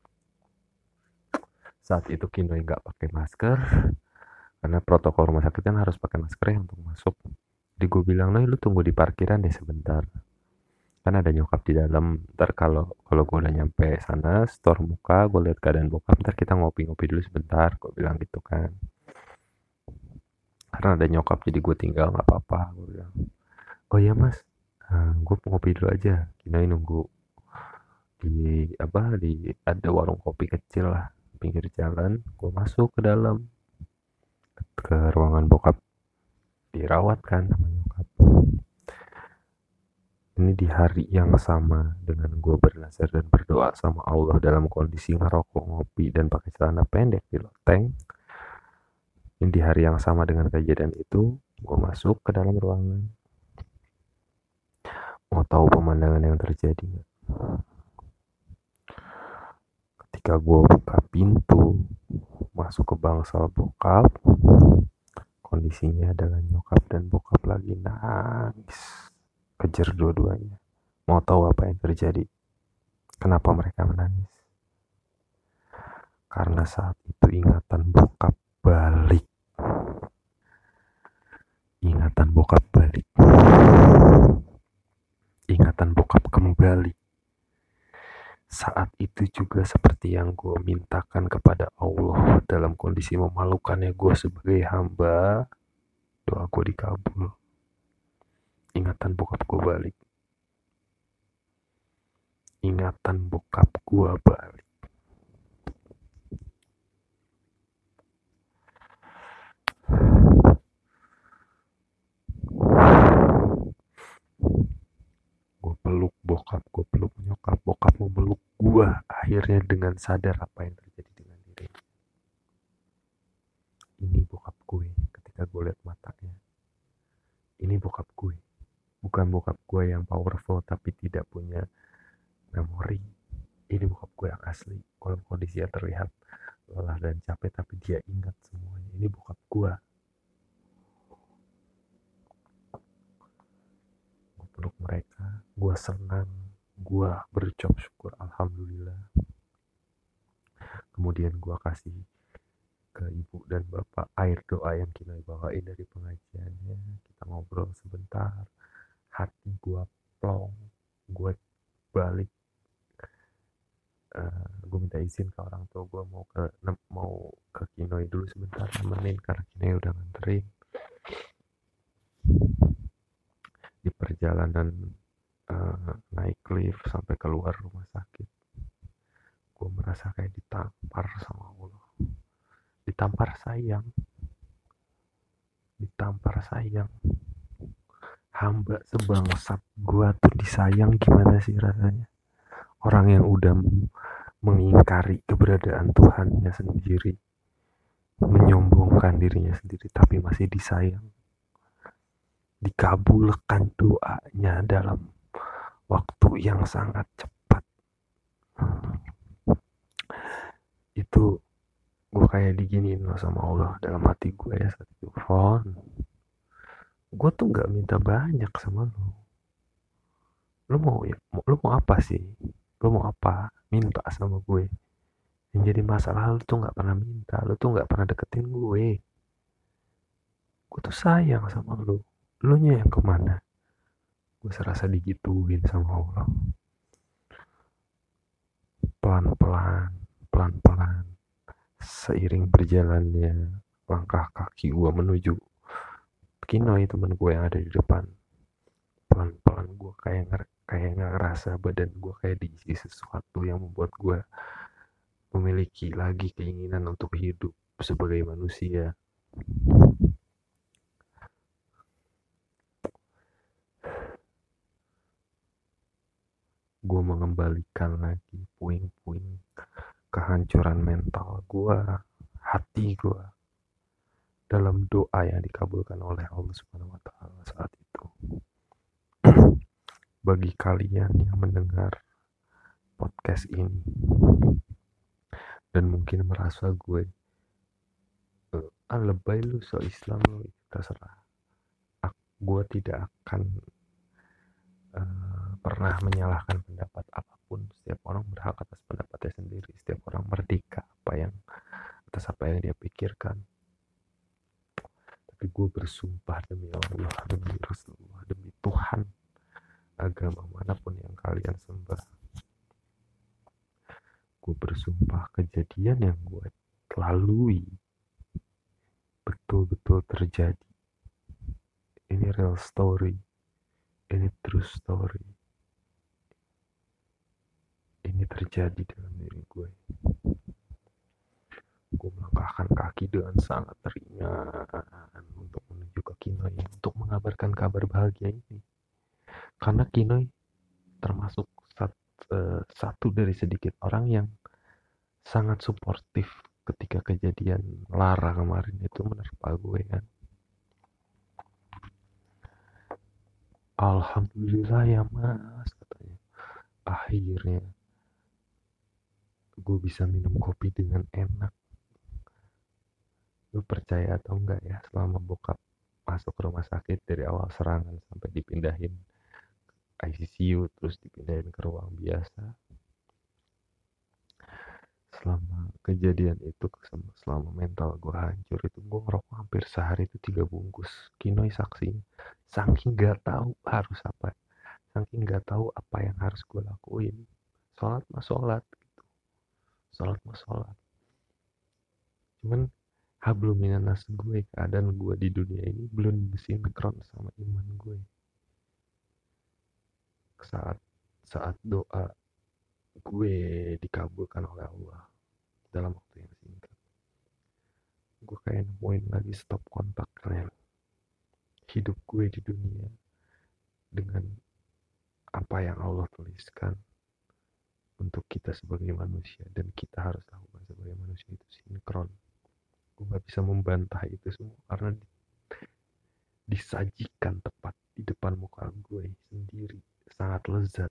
A: Saat itu Kino nggak pakai masker karena protokol rumah sakit kan harus pakai masker ya untuk masuk. Jadi gue bilang, nah lu tunggu di parkiran deh sebentar. Kan ada nyokap di dalam. Ntar kalau kalau gue udah nyampe sana, store muka, gue lihat keadaan bokap, ntar kita ngopi-ngopi dulu sebentar. Gue bilang gitu kan. Karena ada nyokap jadi gue tinggal nggak apa-apa. Gue bilang, oh iya mas, uh, gue ngopi dulu aja. Kinain nunggu di apa di ada warung kopi kecil lah pinggir jalan. Gue masuk ke dalam ke ruangan bokap, dirawat kan sama nyokap. Ini di hari yang sama dengan gue bernazar dan berdoa sama Allah dalam kondisi ngerokok, ngopi, dan pakai celana pendek di loteng. Ini di hari yang sama dengan kejadian itu, gue masuk ke dalam ruangan. Mau tahu pemandangan yang terjadi gak? Ketika gue buka pintu, masuk ke bangsal bokap, kondisinya adalah nyokap dan bokap lagi nangis. Kejer dua-duanya. Mau tahu apa yang terjadi? Kenapa mereka menangis? Karena saat itu ingatan bokap balik. Ingatan bokap balik. Ingatan bokap kembali. Saat itu juga seperti yang gue mintakan kepada Allah dalam kondisi memalukannya gue sebagai hamba, doa gue dikabul. Ingatan bokap gue balik. Ingatan bokap gue balik. Gue peluk bokap, gue peluk nyokap, bokap mau peluk gue. Akhirnya dengan sadar apa yang terjadi dengan diri. Ini bokap gue ketika gue lihat matanya. Ini bokap gue. Bukan bokap gue yang powerful tapi tidak punya memori. Ini bokap gue yang asli. Kalau kondisinya terlihat lelah dan capek tapi dia ingat semuanya. Ini bokap gue. Gue peluk mereka. Gue senang. Gue berucap syukur. Alhamdulillah. Kemudian gue kasih ke ibu dan bapak air doa yang kita bawain dari pengajiannya. Kita ngobrol sebentar. Hati gue plong. Gue balik. Uh, gue minta izin ke orang tua gue mau ke mau ke Kinoy dulu sebentar nemenin karena Kinoy udah nganterin. Di perjalanan uh, naik lift sampai keluar rumah sakit, gue merasa kayak ditampar sama Allah, ditampar sayang, ditampar sayang. Hamba sebangsat gue tuh disayang gimana sih rasanya? Orang yang udah mengingkari keberadaan Tuhannya sendiri, menyombongkan dirinya sendiri, tapi masih disayang. Dikabulkan doanya dalam waktu yang sangat cepat. Itu gue kayak diginiin loh sama Allah dalam hati gue ya saat itu. Fon, gue tuh gak minta banyak sama lo. Lo mau ya, lo mau apa sih? Lo mau apa? Minta sama gue. Yang jadi masalah lo tuh gak pernah minta, lo tuh gak pernah deketin gue. Gue tuh sayang sama lo. Lo nya yang kemana? Gue serasa digituin sama Allah. pelan-pelan, pelan-pelan, seiring berjalannya langkah kaki gue menuju Kinoi, temen gue yang ada di depan, pelan-pelan gue kayak nger kayak ngerasa badan gue kayak diisi sesuatu yang membuat gue memiliki lagi keinginan untuk hidup sebagai manusia. Gue mengembalikan lagi puing-puing kehancuran mental gue, hati gue, dalam doa yang dikabulkan oleh Allah Subhanahu wa Ta'ala saat itu. Bagi kalian yang mendengar podcast ini dan mungkin merasa gue uh, ah lebay lu, so Islam lu, terserah. Gue tidak akan uh, pernah menyalahkan pendapat apapun. Setiap orang berhak atas pendapatnya sendiri. Setiap orang merdeka apa yang atas apa yang dia pikirkan. Tapi gue bersumpah demi Allah, demi Rasulullah, demi Tuhan, agama manapun yang kalian sembah, gue bersumpah kejadian yang gue lalui betul-betul terjadi. Ini real story, ini true story, ini terjadi dalam diri gue. Gue melangkahkan kaki dengan sangat ringan untuk menuju ke Kinoi, untuk mengabarkan kabar bahagia ini. Karena Kinoi termasuk sat, uh, satu dari sedikit orang yang sangat suportif ketika kejadian Lara kemarin itu menerpa gue kan. Alhamdulillah ya mas, katanya. Akhirnya gue bisa minum kopi dengan enak. Lu percaya atau enggak ya, selama bokap masuk rumah sakit dari awal serangan sampai dipindahin I C U, terus dipindahin ke ruang biasa, selama kejadian itu, selama mental gue hancur itu, gue ngerokok hampir sehari itu tiga bungkus. Kinoi saksinya. Saking gak tahu harus apa, saking gak tahu apa yang harus gue lakuin. Sholat mah sholat gitu, sholat mah sholat. Cuman hablum minanas gue, keadaan gue di dunia ini belum sinkron sama iman gue. Saat saat doa gue dikabulkan oleh Allah dalam waktu yang singkat, gue kayak nemuin lagi stop kontak rel hidup gue di dunia dengan apa yang Allah tuliskan untuk kita sebagai manusia dan kita harus lakukan sebagai manusia itu sinkron. Gue gak bisa membantah itu semua karena disajikan tepat di depan muka gue sendiri. Sangat lezat,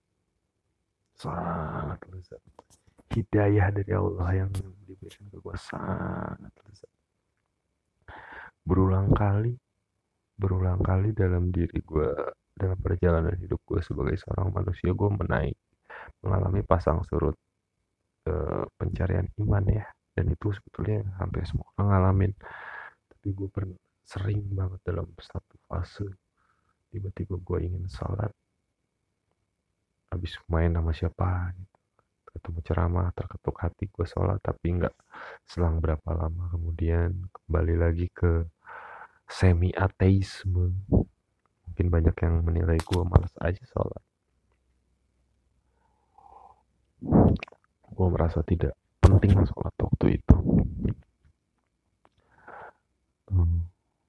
A: sangat lezat. Hidayah dari Allah yang diberikan ke gue sangat lezat. Berulang kali, berulang kali dalam diri gue, dalam perjalanan hidup gue sebagai seorang manusia, gue menaik, mengalami pasang surut e, pencarian iman ya. Dan itu sebetulnya hampir semua orang ngalamin. Tapi gue pernah sering banget dalam satu fase, tiba-tiba gue ingin sholat, habis main sama siapa gitu, ketemu ceramah, terketuk hati, gue sholat, tapi nggak selang berapa lama kemudian kembali lagi ke semi ateisme. Mungkin banyak yang menilai gue malas aja sholat. Gue merasa tidak penting sholat waktu itu. hmm.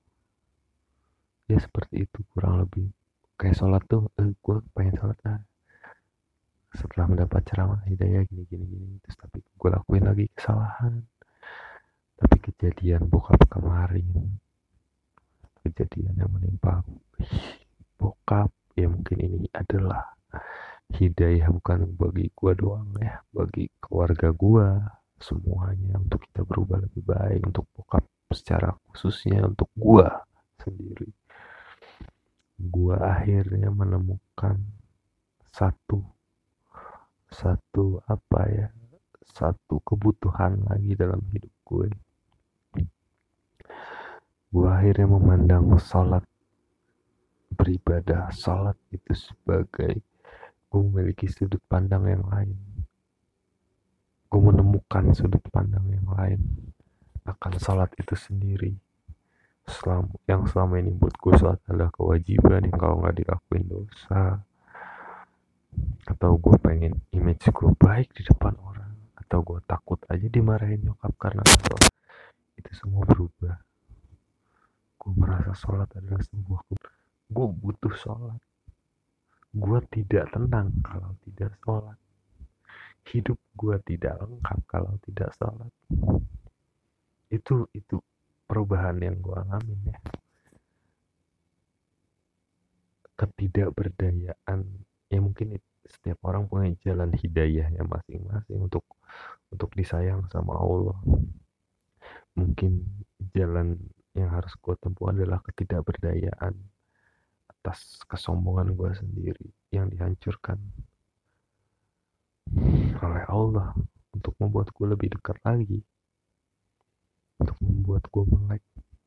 A: Ya seperti itu kurang lebih. Kayak sholat tuh, eh, gue pengen sholat lah setelah mendapat ceramah hidayah gini gini gini, terus tapi gue lakuin lagi kesalahan. Tapi kejadian bokap kemarin, kejadian yang menimpa bokap, ya mungkin ini adalah hidayah bukan bagi gue doang ya, bagi keluarga gue semuanya, untuk kita berubah lebih baik, untuk bokap secara khususnya, untuk gue sendiri. Gue akhirnya menemukan satu satu apa ya satu kebutuhan lagi dalam hidup gue. Gue akhirnya memandang sholat, beribadah sholat itu sebagai gue memiliki sudut pandang yang lain. gue menemukan sudut pandang yang lain akan sholat itu sendiri. Selama, yang selama ini buat gue sholat adalah kewajiban yang kalau nggak dilakuin dosa, atau gue pengen image gue baik di depan orang, atau gue takut aja dimarahin nyokap karena sholat. Itu semua berubah. Gue merasa sholat adalah sebuah, gue butuh sholat. Gue tidak tenang kalau tidak sholat. Hidup gue tidak lengkap kalau tidak sholat. Itu itu perubahan yang gue alamin ya. Ketidakberdayaan ya, mungkin setiap orang punya jalan hidayahnya masing-masing untuk untuk disayang sama Allah. Mungkin jalan yang harus gue tempuh adalah ketidakberdayaan atas kesombongan gue sendiri yang dihancurkan oleh Allah untuk membuat gue lebih dekat lagi, untuk membuat gue melek.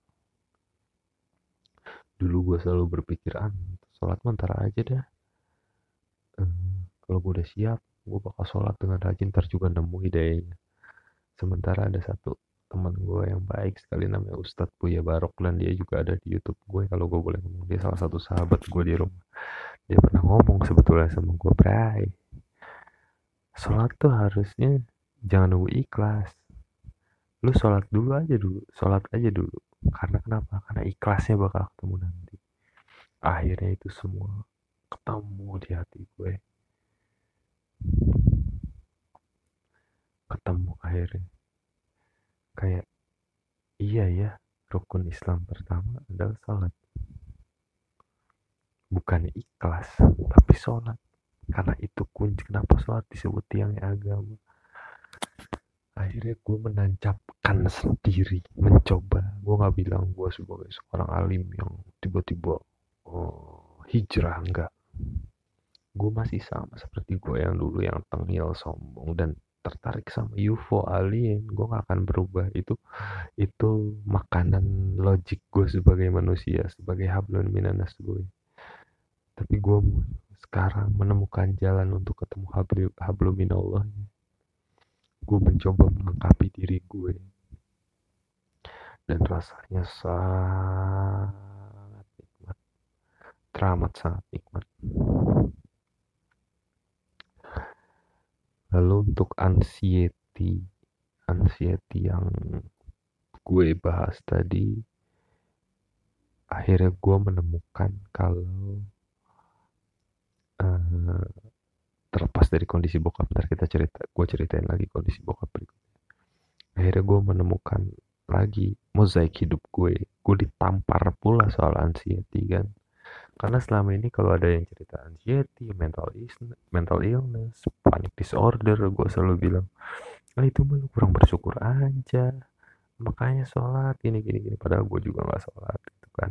A: Dulu gue selalu berpikir, ah, sholat bentar aja dah. Hmm, kalau gue udah siap, gue bakal sholat dengan rajin, ntar juga nemu hidayahnya. Sementara ada satu teman gue yang baik sekali namanya Ustadz Buya Barok, dan dia juga ada di YouTube gue kalau gue boleh ngomong. Dia salah satu sahabat gue di rumah. Dia pernah ngomong sebetulnya sama gue, Bray, sholat tuh harusnya jangan nunggu ikhlas. Lu sholat dulu aja dulu, sholat aja dulu. Karena kenapa? Karena ikhlasnya bakal ketemu nanti. Akhirnya itu semua ketemu di hati gue. Ketemu akhirnya. Kayak, iya ya, rukun Islam pertama adalah sholat. Bukan ikhlas, tapi sholat. Karena itu kunci kenapa sholat disebut tiangnya agama. Akhirnya gue menancapkan sendiri, mencoba. Gue gak bilang gue sebagai seorang alim yang tiba-tiba oh, hijrah, enggak. Gue masih sama seperti gue yang dulu, yang tengil, sombong, dan tertarik sama U F O, alien. Gue gak akan berubah. Itu itu makanan logik gue sebagai manusia, sebagai hablum minanas gue. Tapi gue sekarang menemukan jalan untuk ketemu hablum minallah. Gue mencoba melengkapi diri gue, dan rasanya sangat nikmat, teramat sangat nikmat. Lalu untuk anxiety, anxiety yang gue bahas tadi, akhirnya gue menemukan kalau uh, terlepas dari kondisi bokap, ntar kita cerita, gue ceritain lagi kondisi bokap berikutnya. Akhirnya gue menemukan lagi mozaik hidup gue. Gue ditampar pula soal anxiety kan. Karena selama ini kalau ada yang cerita anxiety, mental illness, mental illness, panic disorder, gue selalu bilang, ah itu mah lu kurang bersyukur aja, makanya sholat gini gini gini. Padahal gue juga nggak sholat gitu kan.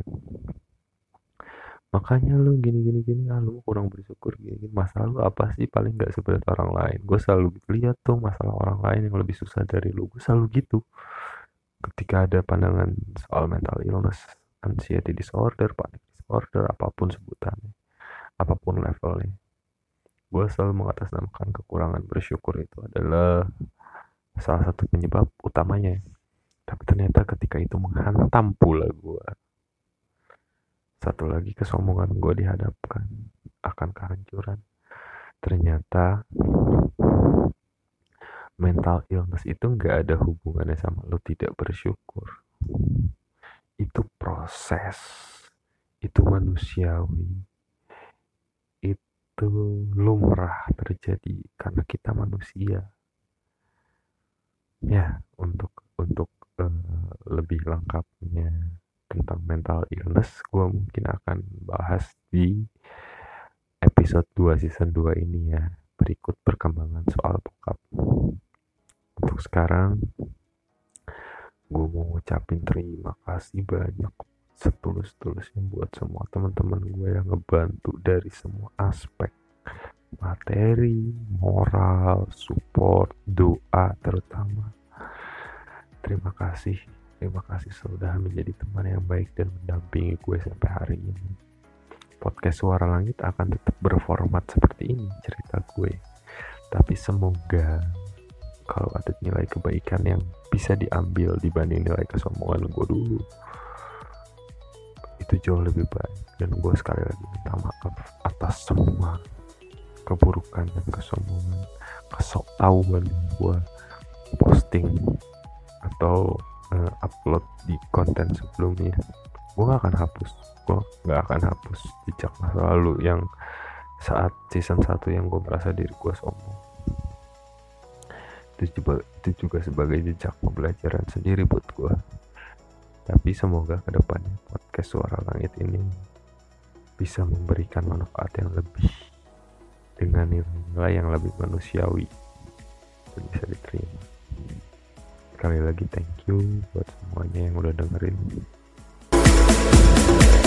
A: Makanya lu gini gini gini, ah lu kurang bersyukur gini gini. Masalah lu apa sih? Paling nggak seberat orang lain. Gue selalu lihat tuh masalah orang lain yang lebih susah dari lu. Gue selalu gitu. Ketika ada pandangan soal mental illness, anxiety disorder, panic disorder, apapun sebutannya, apapun levelnya, gue selalu mengatasnamakan kekurangan bersyukur itu adalah salah satu penyebab utamanya. Tapi ternyata ketika itu menghantam pula gue, satu lagi kesombongan gue dihadapkan akan kehancuran. Ternyata mental illness itu gak ada hubungannya sama lo tidak bersyukur. Itu proses, itu manusiawi, itu lumrah terjadi karena kita manusia. Ya, untuk untuk uh, lebih lengkapnya tentang mental illness, gue mungkin akan bahas di episode dua season dua ini ya, berikut perkembangan soal bokap. Untuk sekarang, gue mau ngucapin terima kasih banyak setulus-tulusnya buat semua teman-teman gue yang ngebantu dari semua aspek, materi, moral, support, doa terutama. Terima kasih, terima kasih sudah menjadi teman yang baik dan mendampingi gue sampai hari ini. Podcast Suara Langit akan tetap berformat seperti ini cerita gue, tapi semoga kalau ada nilai kebaikan yang bisa diambil dibanding nilai kesombongan gue dulu, itu jauh lebih baik. Dan gue sekali lagi minta maaf atas semua keburukan dan kesombongan, kesoktahuan gue posting atau uh, upload di konten sebelumnya. Gue gak akan hapus, gue gak akan hapus jejak masa lalu yang saat season satu yang gue merasa diri gue sombong. Itu juga, itu juga sebagai jejak pembelajaran sendiri buat gue. Tapi semoga kedepannya podcast Suara Langit ini bisa memberikan manfaat yang lebih, dengan nilai-nilai yang lebih manusiawi dan bisa diterima. Sekali lagi thank you buat semuanya yang udah dengerin.